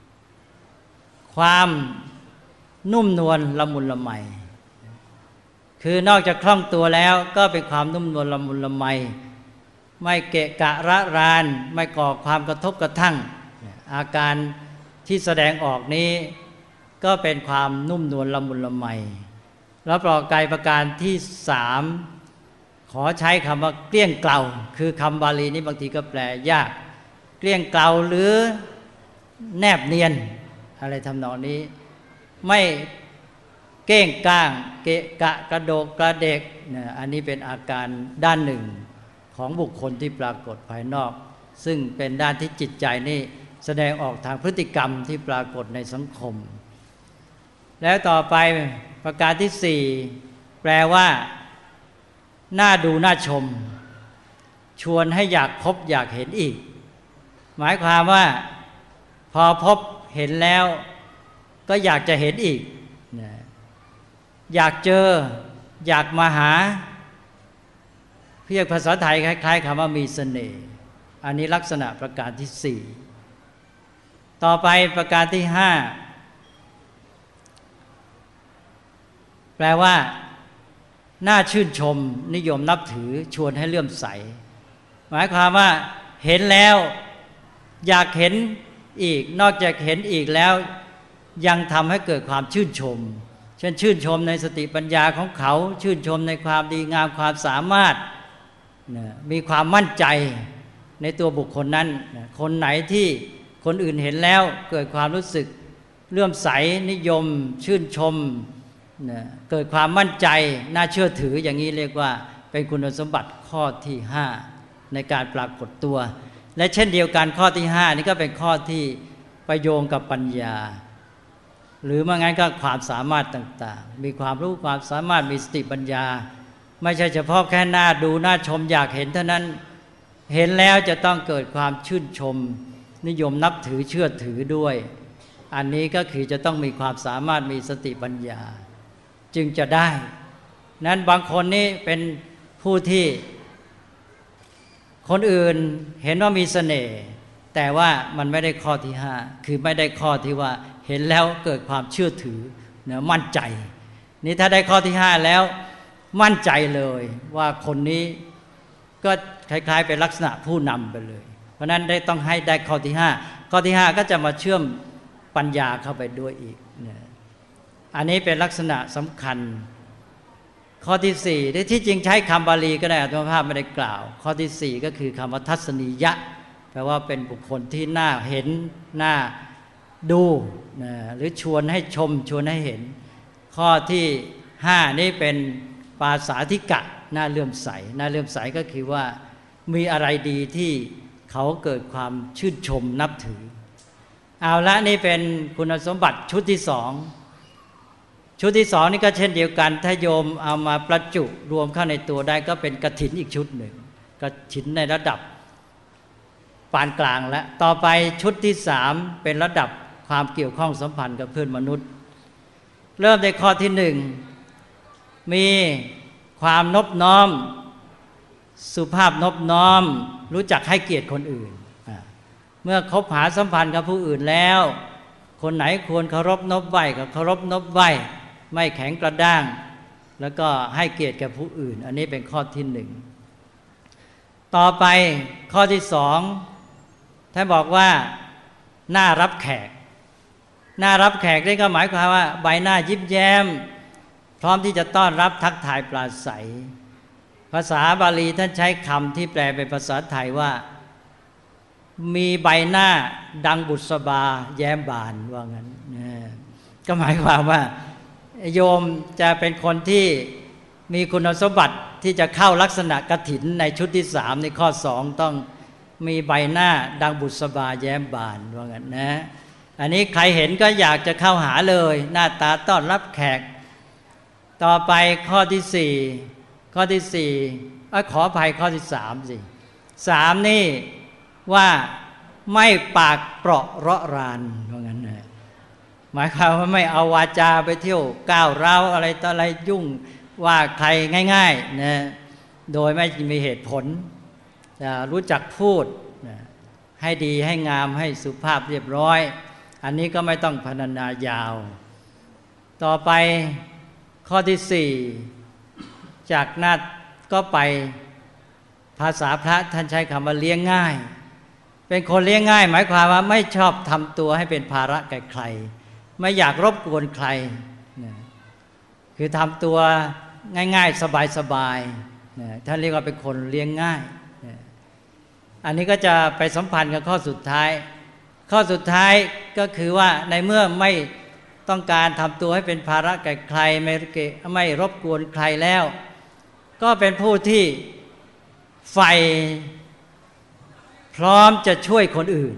ความนุ่มนวลละมุนละไมคือนอกจากคล่องตัวแล้วก็เป็นความนุ่มนวลละมุนละไมไม่เกะกะระรานไม่ก่อความกระทบกระทั่งอาการที่แสดงออกนี้ก็เป็นความนุ่มนวลละมุนละไมแล้วประกายประการที่สามขอใช้คำว่าเกลี้ยงเกลาคือคำบาลีนี้บางทีก็แปลยากเกลี้ยงเกลาหรือแนบเนียนอะไรทำนองนี้ไม่เก้งก้างเกะกะกระโดกกระเดกเนี่ยอันนี้เป็นอาการด้านหนึ่งของบุคคลที่ปรากฏภายนอกซึ่งเป็นด้านที่จิตใจนี่แสดงออกทางพฤติกรรมที่ปรากฏในสังคมแล้วต่อไปประการที่สี่แปลว่าน่าดูน่าชมชวนให้อยากพบอยากเห็นอีกหมายความว่าพอพบเห็นแล้วก็อยากจะเห็นอีกอยากเจออยากมาหาเรียกภาษาไทยคล้ายๆคำว่ามีเสน่ห์อันนี้ลักษณะประการที่สี่ต่อไปประการที่ห้าแปลว่าน่าชื่นชมนิยมนับถือชวนให้เลื่อมใสหมายความว่าเห็นแล้วอยากเห็นอีกนอกจากเห็นอีกแล้วยังทำให้เกิดความชื่นชมเช่นชื่นชมในสติปัญญาของเขาชื่นชมในความดีงามความสามารถมีความมั่นใจในตัวบุคคลนั้นคนไหนที่คนอื่นเห็นแล้วเกิดความรู้สึกเลื่อมใสนิยมชื่นชมเกิดความมั่นใจน่าเชื่อถืออย่างนี้เรียกว่าเป็นคุณสมบัติข้อที่ห้าในการปรากฏตัวและเช่นเดียวกันข้อที่ห้านี่ก็เป็นข้อที่ประโยงกับปัญญาหรือไม่งั้นก็ความสามารถต่างๆมีความรู้ความสามารถมีสติปัญญาไม่ใช่เฉพาะแค่น่าดูน่าชมอยากเห็นเท่านั้นเห็นแล้วจะต้องเกิดความชื่นชมนิยมนับถือเชื่อถือด้วยอันนี้ก็คือจะต้องมีความสามารถมีสติปัญญาจึงจะได้นั้นบางคนนี่เป็นผู้ที่คนอื่นเห็นว่ามีเสน่ห์แต่ว่ามันไม่ได้ข้อที่ห้าคือไม่ได้ข้อที่ว่าเห็นแล้วเกิดความเชื่อถือเนี่ยมั่นใจนี่ถ้าได้ข้อที่ห้าแล้วมั่นใจเลยว่าคนนี้ก็คล้ายๆเป็นลักษณะผู้นำไปเลยเพราะนั้นได้ต้องให้ได้ข้อที่ห้าข้อที่ห้าก็จะมาเชื่อมปัญญาเข้าไปด้วยอีกเนี่ยอันนี้เป็นลักษณะสำคัญข้อที่สี่ที่จริงใช้คำบาลีก็ได้อาตมาภาพไม่ได้กล่าวข้อที่สี่ก็คือคำว่าทัศนียะแปลว่าเป็นบุคคลที่น่าเห็นน่าดูนะหรือชวนให้ชมชวนให้เห็นข้อที่ห้านี่เป็นปาสาธิกะน่าเลื่อมใสน่าเลื่อมใสก็คือว่ามีอะไรดีที่เขาเกิดความชื่นชมนับถือเอาละนี่เป็นคุณสมบัติชุดที่สองชุดที่สองนี่ก็เช่นเดียวกันถ้าโยมเอามาประจุรวมเข้าในตัวได้ก็เป็นกฐินอีกชุดหนึ่งกฐินในระดับปานกลางแล้วต่อไปชุดที่สามเป็นระดับความเกี่ยวข้องสัมพันธ์กับเพื่อนมนุษย์เริ่มในข้อที่หนึ่งมีความนอบน้อมสุภาพนอบน้อมรู้จักให้เกียรติคนอื่นเมื่อคบหาสัมพันธ์กับผู้อื่นแล้วคนไหนควรเคารพนอบไหว้ก็เคารพนอบไหว้ไม่แข็งกระด้างแล้วก็ให้เกียรติแก่ผู้อื่นอันนี้เป็นข้อที่หนึ่งต่อไปข้อที่สองท่านบอกว่าน่ารับแขกน่ารับแขกนี่ก็หมายความว่าใบหน้ายิ้มแย้มพร้อมที่จะต้อนรับทักทายปราศัยภาษาบาลีท่านใช้คำที่แปลเป็นภาษาไทยว่ามีใบหน้าดังบุษบาแย้มบานว่างั้นก็หมายความว่าโยมจะเป็นคนที่มีคุณสมบัติที่จะเข้าลักษณะกฐินในชุดที่สามในข้อสองต้องมีใบหน้าดังบุษบาแย้มบานว่างั้นนะอันนี้ใครเห็นก็อยากจะเข้าหาเลยหน้าตาต้อนรับแขกต่อไปข้อที่สี่ข้อที่สี่ขออภัยข้อที่สามสิสามนี่ว่าไม่ปากเปราะเราะรานว่างั้นนะหมายความว่าไม่เอาวาจาไปเที่ยวก้าวร้าวอะไรต่ออะไรยุ่งว่าใครง่ายๆนะโดยไม่มีเหตุผลรู้จักพูดนะให้ดีให้งามให้สุภาพเรียบร้อยอันนี้ก็ไม่ต้องพรรณนายาวต่อไปข้อที่สี่จากนั้นก็ไปภาษาพระท่านใช้คำว่าเลี้ยงง่ายเป็นคนเลี้ยงง่ายหมายความว่าไม่ชอบทำตัวให้เป็นภาระแก่ใครไม่อยากรบกวนใครนะคือทำตัวง่ายๆสบายๆนะท่านเรียกว่าเป็นคนเลี้ยงง่ายนะอันนี้ก็จะไปสัมพันธ์กับข้อสุดท้ายข้อสุดท้ายก็คือว่าในเมื่อไม่ต้องการทำตัวให้เป็นภาระแก่ใครไม่ไม่รบกวนใครแล้วก็เป็นผู้ที่ใฝ่พร้อมจะช่วยคนอื่น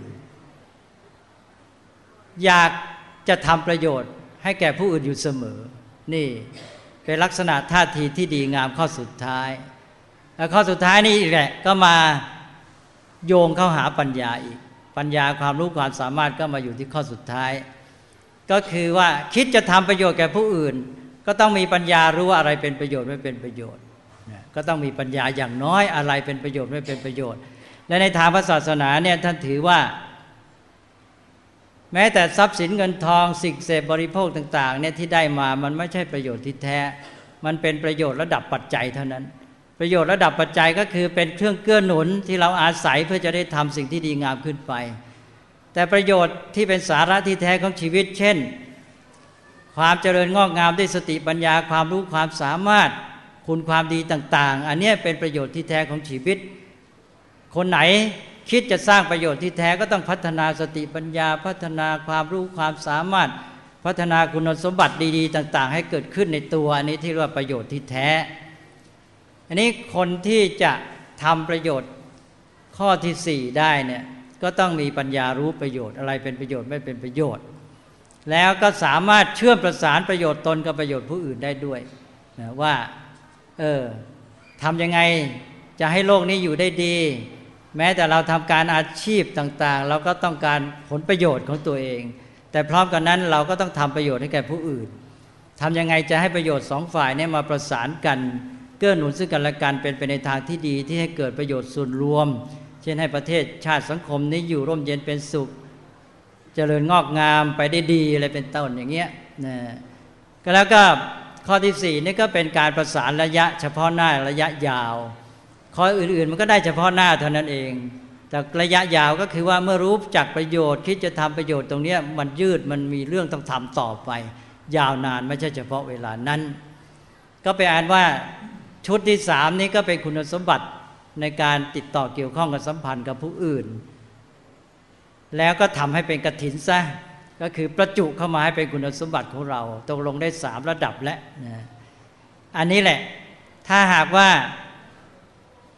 อยากจะทำประโยชน์ให้แก่ผู้อื่นอยู่เสมอนี่เป็นลักษณะท่าทีที่ดีงามข้อสุดท้ายแล้วข้อสุดท้ายนี่อีกแหละก็มาโยงเข้าหาปัญญาอีกปัญญาความรู้ความสามารถก็มาอยู่ที่ข้อสุดท้ายก็คือว่าคิดจะทำประโยชน์แก่ผู้อื่นก็ต้องมีปัญญารู้ว่าอะไรเป็นประโยชน์ไม่เป็นประโยชน์ก็ต้องมีปัญญาอย่างน้อยอะไรเป็นประโยชน์ไม่เป็นประโยชน์และในทางพระศาสนาเนี่ยท่านถือว่าแม้แต่ทรัพย์สินเงินทองสิ่งเสพบริโภคต่างๆเนี่ยที่ได้มามันไม่ใช่ประโยชน์ที่แท้มันเป็นประโยชน์ระดับปัจจัยเท่านั้นประโยชน์ระดับปัจจัยก็คือเป็นเครื่องเกื้อหนุนที่เราอาศัยเพื่อจะได้ทำสิ่งที่ดีงามขึ้นไปแต่ประโยชน์ที่เป็นสาระที่แท้ของชีวิตเช่นความเจริญงอกงามด้วยสติปัญญาความรู้ความสามารถคุณความดีต่างๆอันนี้เป็นประโยชน์ที่แท้ของชีวิตคนไหนคิดจะสร้างประโยชน์ที่แท้ก็ต้องพัฒนาสติปัญญาพัฒนาความรู้ความสามารถพัฒนาคุณสมบัติดีๆต่างๆให้เกิดขึ้นในตัวอันนี้ที่เรียกว่าประโยชน์ที่แท้อันนี้คนที่จะทำประโยชน์ข้อที่สี่ได้เนี่ยก็ต้องมีปัญญารู้ประโยชน์อะไรเป็นประโยชน์ไม่เป็นประโยชน์แล้วก็สามารถเชื่อมประสานประโยชน์ตนกับประโยชน์ผู้อื่นได้ด้วยนะว่าเออทำยังไงจะให้โลกนี้อยู่ได้ดีแม้แต่เราทำการอาชีพต่างๆเราก็ต้องการผลประโยชน์ของตัวเองแต่พร้อมกันนั้นเราก็ต้องทำประโยชน์ให้แก่ผู้อื่นทำยังไงจะให้ประโยชน์สองฝ่ายนี้มาประสานกันเกื้อหนุนซึ่งกันและกันเป็นไปในทางที่ดีที่ให้เกิดประโยชน์ส่วนรวมเช่นให้ประเทศชาติสังคมนี้อยู่ร่มเย็นเป็นสุขเจริญงอกงามไปได้ดีอะไรเป็นต้นอย่างเงี้ยนะก็แล้วก็ข้อที่สี่นี่ก็เป็นการประสานระยะเฉพาะหน้าระยะยาวข้ออื่นๆมันก็ได้เฉพาะหน้าเท่านั้นเองแต่ระยะยาวก็คือว่าเมื่อรู้จักประโยชน์คิดจะทำประโยชน์ตรงนี้มันยืดมันมีเรื่องต้องทำต่อไปยาวนานไม่ใช่เฉพาะเวลานั้นก็ไปอ่านว่าชุดที่สามนี้ก็เป็นคุณสมบัติในการติดต่อเกี่ยวข้องกับสัมพันธ์กับผู้อื่นแล้วก็ทำให้เป็นกฐินซะก็คือประจุเข้ามาให้เป็นคุณสมบัติของเราตกลงได้สามระดับแล้วนะอันนี้แหละถ้าหากว่า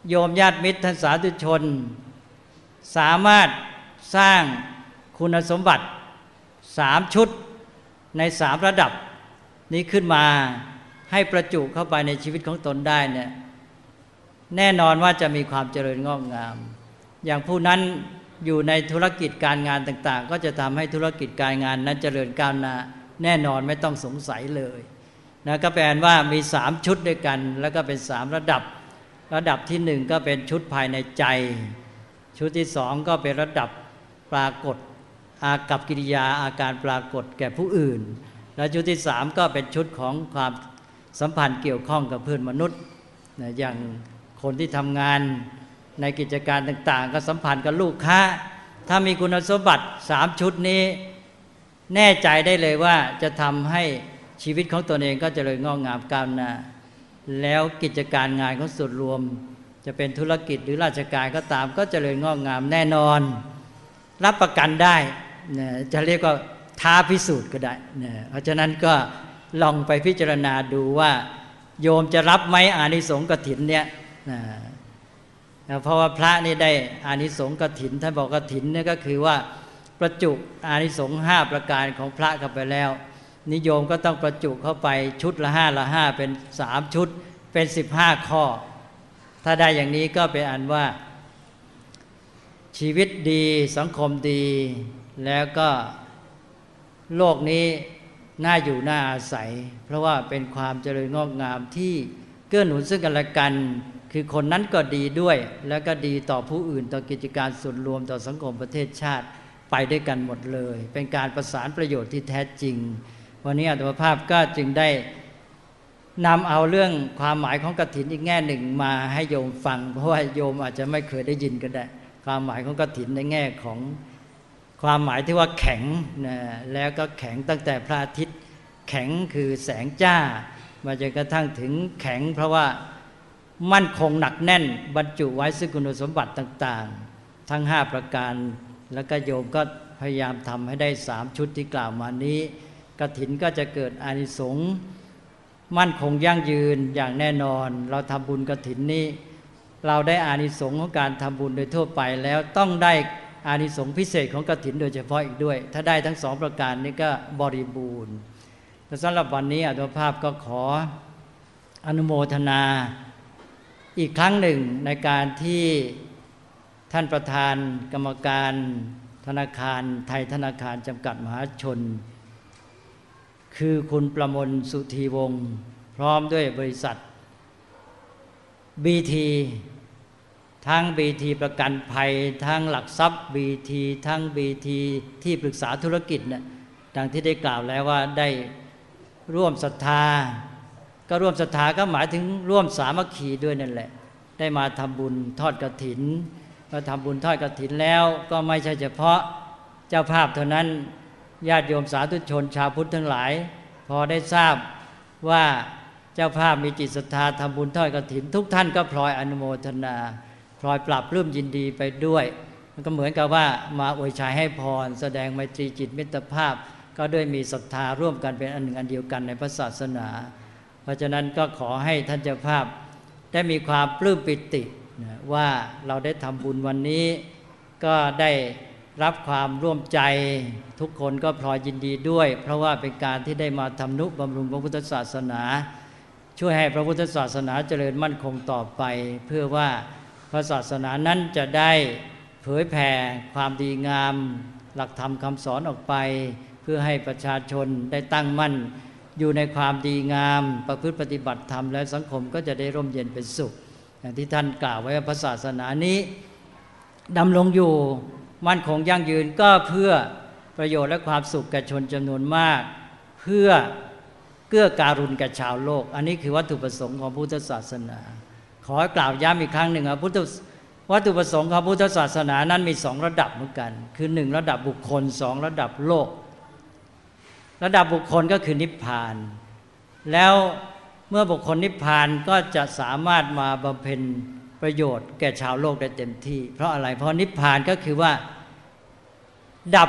โยมญาติมิตรท่านสาธุชนสามารถสร้างคุณสมบัติสามชุดในสามระดับนี้ขึ้นมาให้ประจุเข้าไปในชีวิตของตนได้เนี่ยแน่นอนว่าจะมีความเจริญงอกงามอย่างผู้นั้นอยู่ในธุรกิจการงานต่างๆก็จะทำให้ธุรกิจการงานนั้นเจริญก้าวหน้าแน่นอนไม่ต้องสงสัยเลยนะก็แปลว่ามีสามชุดด้วยกันแล้วก็เป็นสามระดับระดับที่หนึ่งก็เป็นชุดภายในใจชุดที่สองก็เป็นระดับปรากฏอากับกิริยาอาการปรากฏแก่ผู้อื่นและชุดที่สามก็เป็นชุดของความสัมพันธ์เกี่ยวข้องกับเพื่อนมนุษย์นะอย่างคนที่ทำงานในกิจการต่างๆก็สัมพันธ์กับลูกค้าถ้ามีคุณสมบัติสามชุดนี้แน่ใจได้เลยว่าจะทำให้ชีวิตของตนเองก็เจริญงอกงามก้าวหน้าแล้วกิจการงานของส่วนรวมจะเป็นธุรกิจหรือราชการก็ตามก็เจริญงอกงามแน่นอนรับประกันได้นะจะเรียกว่าท้าพิสูจน์ก็ได้นะเพราะฉะนั้นก็ลองไปพิจารณาดูว่าโยมจะรับไหมอานิสงส์กฐินเนี่ยนะเพราะว่าพระนี่ได้อานิสงส์กฐินท่านบอกกฐินเนี่ยก็คือว่าประจุอานิสงส์ห้าประการของพระเข้าไปแล้วนิยมก็ต้องประจุเข้าไปชุดละห้าละห้าเป็นสามชุดเป็นสิบห้าข้อถ้าได้อย่างนี้ก็เป็นอันว่าชีวิตดีสังคมดีแล้วก็โลกนี้น่าอยู่น่าอาศัยเพราะว่าเป็นความเจริญงอกงามที่เกื้อหนุนซึ่งกันและกันคือคนนั้นก็ดีด้วยแล้วก็ดีต่อผู้อื่นต่อกิจการส่วนรวมต่อสังคมประเทศชาติไปด้วยกันหมดเลยเป็นการประสานประโยชน์ที่แท้จริงวันนี้อาตมาภาพก็จึงได้นำเอาเรื่องความหมายของกฐินอีกแง่หนึ่งมาให้โยมฟังเพราะว่าโยมอาจจะไม่เคยได้ยินก็ได้ความหมายของกฐินในแง่ของความหมายที่ว่าแข็งนะแล้วก็แข็งตั้งแต่พระอาทิตย์แข็งคือแสงจ้ามาจนกระทั่งถึงแข็งเพราะว่ามั่นคงหนักแน่นบรรจุไว้ซึ่งคุณสมบัติต่างๆทั้งห้าประการแล้วก็โยมก็พยายามทำให้ได้สามชุดที่กล่าวมานี้กฐินก็จะเกิดอานิสงส์มั่นคงยั่งยืนอย่างแน่นอนเราทำบุญกฐินนี้เราได้อานิสงส์ของการทำบุญโดยทั่วไปแล้วต้องได้อานิสงส์พิเศษของกฐินโดยเฉพาะอีกด้วยถ้าได้ทั้งสองประการนี้ก็บริบูรณ์แต่สำหรับวันนี้อาตมาภาพก็ขออนุโมทนาอีกครั้งหนึ่งในการที่ท่านประธานกรรมการธนาคารไทยธนาคารจำกัดมหาชนคือคุณประมลสุธีวงศ์พร้อมด้วยบริษัท บี ที ทั้ง บี ที ประกันภัยทั้งหลักทรัพย์ บี ที ทั้ง บี ที ที่ปรึกษาธุรกิจนะดังที่ได้กล่าวแล้วว่าได้ร่วมศรัทธาก็ร่วมศรัทธาก็หมายถึงร่วมสามัคคีด้วยนั่นแหละได้มาทำบุญทอดกฐินมาทำบุญทอดกฐินแล้วก็ไม่ใช่เฉพาะเจ้าภาพเท่านั้นญาติโยมสาธุชนชาวพุทธทั้งหลายพอได้ทราบว่าเจ้าภาพมีจิตศรัทธาทำบุญทอดกฐินทุกท่านก็พลอยอนุโมทนาพลอยปรับปลื้มยินดีไปด้วยมันก็เหมือนกับว่ามาอวยชัยให้พรแสดงไมตรีจิตมิตรภาพก็ด้วยมีศรัทธาร่วมกันเป็นอันหนึ่งอันเดียวกันในพระศาสนาเพราะฉะนั้นก็ขอให้ท่านเจ้าภาพได้มีความปลื้มปิติว่าเราได้ทำบุญวันนี้ก็ได้รับความร่วมใจทุกคนก็พลอยยินดีด้วยเพราะว่าเป็นการที่ได้มาทำนุบำรุงพระพุทธศาสนาช่วยให้พระพุทธศาสนาเจริญมั่นคงต่อไปเพื่อว่าพระศาสนานั้นจะได้เผยแผ่ความดีงามหลักธรรมคำสอนออกไปเพื่อให้ประชาชนได้ตั้งมั่นอยู่ในความดีงามประพฤติปฏิบัติธรรมและสังคมก็จะได้ร่มเย็นเป็นสุขอย่างที่ท่านกล่าวไว้ว่าพระศาสนานี้ดำรงอยู่มั่นคงยั่งยืนก็เพื่อประโยชน์และความสุขแก่ชนจำนวนมากเพื่อเกื้อการุณแก่ชาวโลกอันนี้คือวัตถุประสงค์ของพุทธศาสนาขอกล่าวย้ำอีกครั้งหนึ่งว่าพุทธวัตถุประสงค์ของพุทธศาสนานั้นมีสองระดับเหมือนกันคือหนึ่งระดับบุคคลสองระดับโลกระดับบุคคลก็คือนิพพานแล้วเมื่อบุคคลนิพพานก็จะสามารถมาบำเพ็ญประโยชน์แก่ชาวโลกได้เต็มที่เพราะอะไรเพราะนิพพานก็คือว่าดับ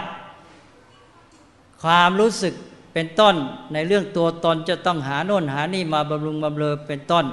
ความรู้สึกเป็นต้นในเรื่องตัวตนจะต้องหาโน่นหานี่มาบำรุงบำเรอเป็นต้น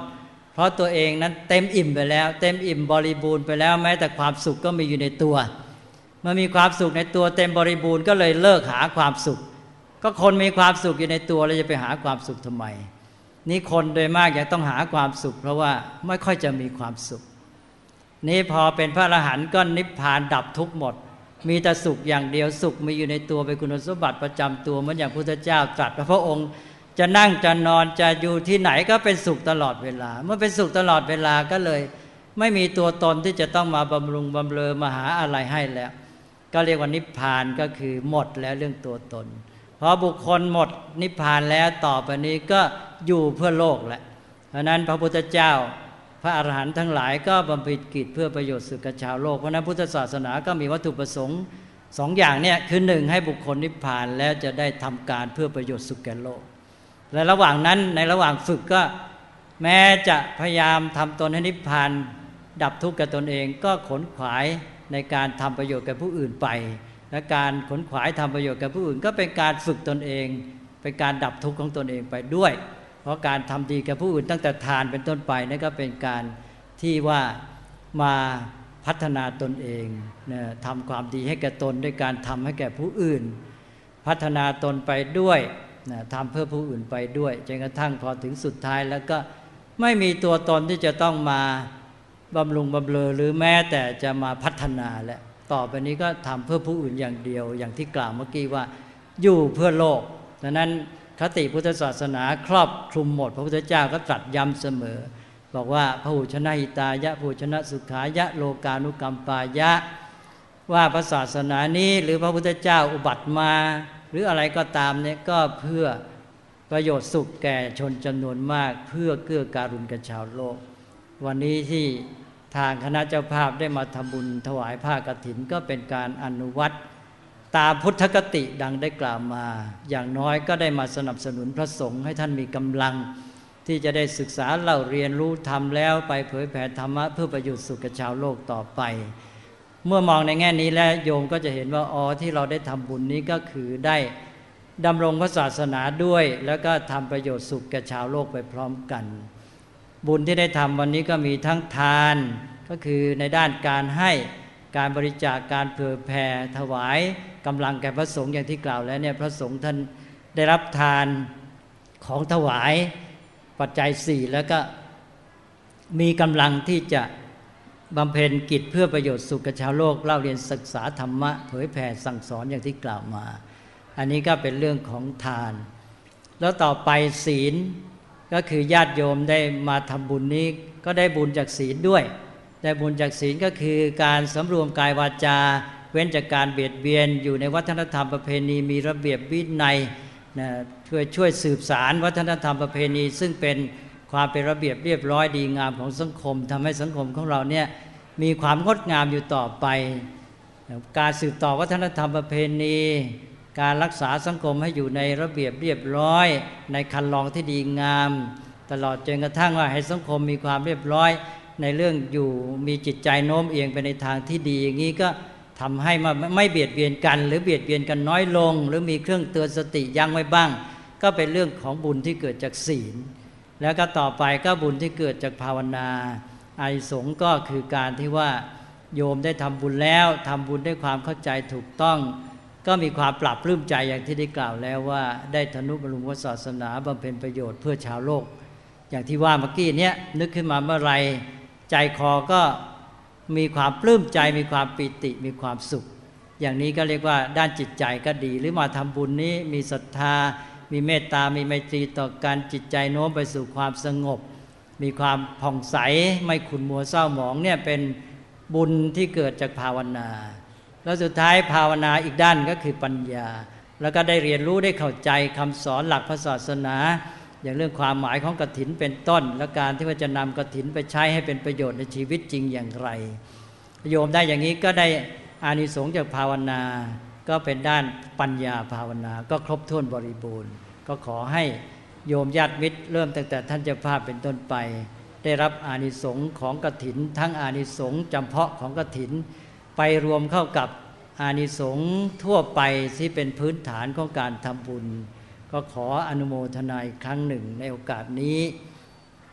เพราะตัวเองนั้นเต็มอิ่มไปแล้วเต็มอิ่มบริบูรณ์ไปแล้วแม้แต่ความสุขก็มีอยู่ในตัวเมื่อมีความสุขในตัวเต็มบริบูรณ์ก็เลยเลิกหาความสุขก็คนมีความสุขอยู่ในตัวแล้วจะไปหาความสุขทำไมนี่คนโดยมากยังต้องหาความสุขเพราะว่าไม่ค่อยจะมีความสุขนี่พอเป็นพระอรหันต์ก็นิพพานดับทุกข์หมดมีแต่สุขอย่างเดียวสุขมีอยู่ในตัวเป็นคุณสมบัติประจำตัวเหมือนอย่างพุทธเจ้าตรัสพระองค์จะนั่งจะนอนจะอยู่ที่ไหนก็เป็นสุขตลอดเวลาเมื่อเป็นสุขตลอดเวลาก็เลยไม่มีตัวตนที่จะต้องมาบำรุงบำเรอมาหาอะไรให้แล้วก็เรียกว่านิพพานก็คือหมดแล้วเรื่องตัวตนพอบุคคลหมดนิพพานแล้วต่อไปนี้ก็อยู่เพื่อโลกแหละเพราะนั้นพระพุทธเจ้าพระอรหันต์ทั้งหลายก็บำเพ็ญกิจเพื่อประโยชน์สุขชาวโลกเพราะนั้นพุทธศาสนาก็มีวัตถุประสงค์สองอย่างเนี่ยคือหนึ่งให้บุคคลนิพพานแล้วจะได้ทำการเพื่อประโยชน์สุขแก่โลกและระหว่างนั้นในระหว่างฝึกก็แม้จะพยายามทำตนให้นิพพานดับทุกข์กับตนเองก็ขนขวายในการทำประโยชน์แก่ผู้อื่นไปและการขนขวายทำประโยชน์แก่ผู้อื่นก็เป็นการฝึกตนเองเป็นการดับทุกข์ของตนเองไปด้วยเพราะการทำดีกับผู้อื่นตั้งแต่ทานเป็นต้นไปนั่นก็เป็นการที่ว่ามาพัฒนาตนเองนะทำความดีให้แก่ตนด้วยการทำให้แก่ผู้อื่นพัฒนาตนไปด้วยนะทำเพื่อผู้อื่นไปด้วยจนกระทั่งพอถึงสุดท้ายแล้วก็ไม่มีตัวตนที่จะต้องมาบำรุงบำเรอหรือแม้แต่จะมาพัฒนาแล้วต่อไปนี้ก็ทำเพื่อผู้อื่นอย่างเดียวอย่างที่กล่าวเมื่อกี้ว่าอยู่เพื่อโลกดังนั้นคติพุทธศาสนาครอบคลุมหมดพระพุทธเจ้าก็ตรัสย้ำเสมอบอกว่าพหูชนะหิตายะพหูชนะสุขายะโลกานุกัมปายะว่าพระศาสนานี้หรือพระพุทธเจ้าอุบัติมาหรืออะไรก็ตามเนี่ยก็เพื่อประโยชน์สุขแก่ชนจำนวนมากเพื่อเกื้อการุณแก่ชาวโลกวันนี้ที่ทางคณะเจ้าภาพได้มาทำบุญถวายผ้ากฐินก็เป็นการอนุวัตตามพุทธคติดังได้กล่าวมาอย่างน้อยก็ได้มาสนับสนุนพระสงฆ์ให้ท่านมีกำลังที่จะได้ศึกษาเล่าเรียนรู้ธรรมแล้วไปเผยแผ่ธรรมะเพื่อประโยชน์สุขแก่ชาวโลกต่อไปเมื่อมองในแง่นี้แล้วโยมก็จะเห็นว่าอ๋อที่เราได้ทำบุญนี้ก็คือได้ดำรงพระศาสนาด้วยแล้วก็ทำประโยชน์สุขแก่ชาวโลกไปพร้อมกันบุญที่ได้ทำวันนี้ก็มีทั้งทานก็คือในด้านการให้การบริจาคการเผื่อแผ่ถวายกำลังแก่พระสงฆ์อย่างที่กล่าวแล้วเนี่ยพระสงฆ์ท่านได้รับทานของถวายปัจจัยสี่แล้วก็มีกำลังที่จะบำเพ็ญกิจเพื่อประโยชน์สุขแก่ชาวโลกเล่าเรียนศึกษาธรรมะเผยแผ่สั่งสอนอย่างที่กล่าวมาอันนี้ก็เป็นเรื่องของทานแล้วต่อไปศีลก็คือญาติโยมได้มาทำบุญนี้ก็ได้บุญจากศีลด้วยได้บุญจากศีลก็คือการสำรวมกายวาจาเว้นจากการเบียดเบียนอยู่ในวัฒนธรรมประเพณีมีระเบียบวินัยนะช่วยช่วยสืบสารวัฒนธรรมประเพณีซึ่งเป็นความเป็นระเบียบเรียบร้อยดีงามของสังคมทำให้สังคมของเราเนี่ยมีความงดงามอยู่ต่อไปการสืบต่อวัฒนธรรมประเพณีการรักษาสังคมให้อยู่ในระเบียบเรียบร้อยในคันลองที่ดีงามตลอดจนกระทั่งว่าให้สังคมมีความเรียบร้อยในเรื่องอยู่มีจิตใจโน้มเอียงไปในทางที่ดีอย่างนี้ก็ทำให้ไม่เบียดเบียนกันหรือเบียดเบียนกันน้อยลงหรือมีเครื่องเตือนสติยั้งไว้บ้างก็เป็นเรื่องของบุญที่เกิดจากศีลแล้วก็ต่อไปก็บุญที่เกิดจากภาวนาอานิสงส์ก็คือการที่ว่าโยมได้ทำบุญแล้วทำบุญด้วยความเข้าใจถูกต้องก็มีความปรับปลื้มใจอย่างที่ได้กล่าวแล้วว่าได้ทนุบำรุงศาสนาบำเพ็ญประโยชน์เพื่อชาวโลกอย่างที่ว่าเมื่อกี้เนี้ยนึกขึ้นมาเมื่อไรใจคอก็มีความปลื้มใจมีความปิติมีความสุขอย่างนี้ก็เรียกว่าด้านจิตใจก็ดีหรือมาทำบุญนี้มีศรัทธามีเมตตามีไมตรีต่อกันจิตใจโน้มไปสู่ความสงบมีความผ่องใสไม่ขุ่นมัวเศร้าหมองเนี่ยเป็นบุญที่เกิดจากภาวนาแล้วสุดท้ายภาวนาอีกด้านก็คือปัญญาแล้วก็ได้เรียนรู้ได้เข้าใจคำสอนหลักพระศาสนาอย่างเรื่องความหมายของกฐินเป็นต้นและการที่ว่าจะนำกฐินไปใช้ให้เป็นประโยชน์ในชีวิตจริงอย่างไรโยมได้อย่างนี้ก็ได้อานิสงส์จากภาวนาก็เป็นด้านปัญญาภาวนาก็ครบถ้วนบริบูรณ์ก็ขอให้โยมญาติมิตรเริ่มตั้งแต่ท่านเจ้าภาพเป็นต้นไปได้รับอานิสงส์ของกฐินทั้งอานิสงส์จำเพาะของกฐินไปรวมเข้ากับอานิสงส์ทั่วไปที่เป็นพื้นฐานของการทำบุญก็ขออนุโมทนาอีกครั้งหนึ่งในโอกาสนี้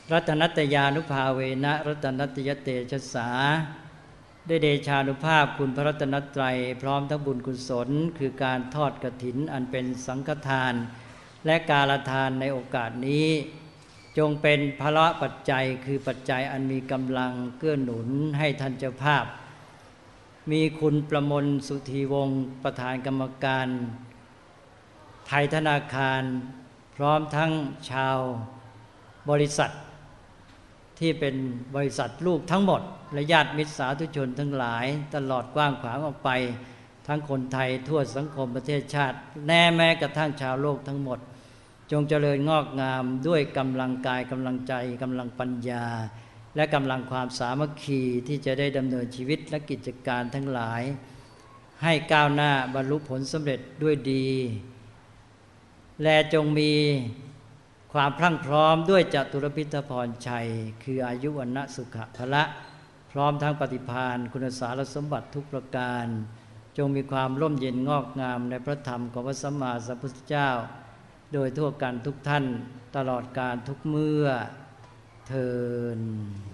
รัตนัตยานุภาเวนะรัตนัตยเตชะสาได้เดชานุภาพคุณพระรัตนตรัยพร้อมทั้งบุญกุศลคือการทอดกฐินอันเป็นสังฆทานและกาลทานในโอกาสนี้จงเป็นพละปัจจัยคือปัจจัยอันมีกำลังเกื้อหนุนให้ท่านเจ้าภาพมีคุณประมลสุธีวงศ์ประธานกรรมการไทยธนาคารพร้อมทั้งชาวบริษัทที่เป็นบริษัทลูกทั้งหมดและญาติมิตรสาธุชนทั้งหลายตลอดกว้างขวางออกไปทั้งคนไทยทั่วสังคมประเทศชาติแน่แม้กระทั่งชาวโลกทั้งหมดจงเจริญงอกงามด้วยกำลังกายกำลังใจกำลังปัญญาและกำลังความสามัคคีที่จะได้ดำเนินชีวิตและกิจการทั้งหลายให้ก้าวหน้าบรรลุผลสำเร็จด้วยดีและจงมีความพรั่งพร้อมด้วยจตุรพิธพรชัยคืออายุวันนะสุขะพละพร้อมทั้งปฏิภาณคุณสารสมบัติทุกประการจงมีความร่มเย็นงอกงามในพระธรรมของพระสัมมาสัมพุทธเจ้าโดยทั่วกันทุกท่านตลอดกาลทุกเมื่อเทอญ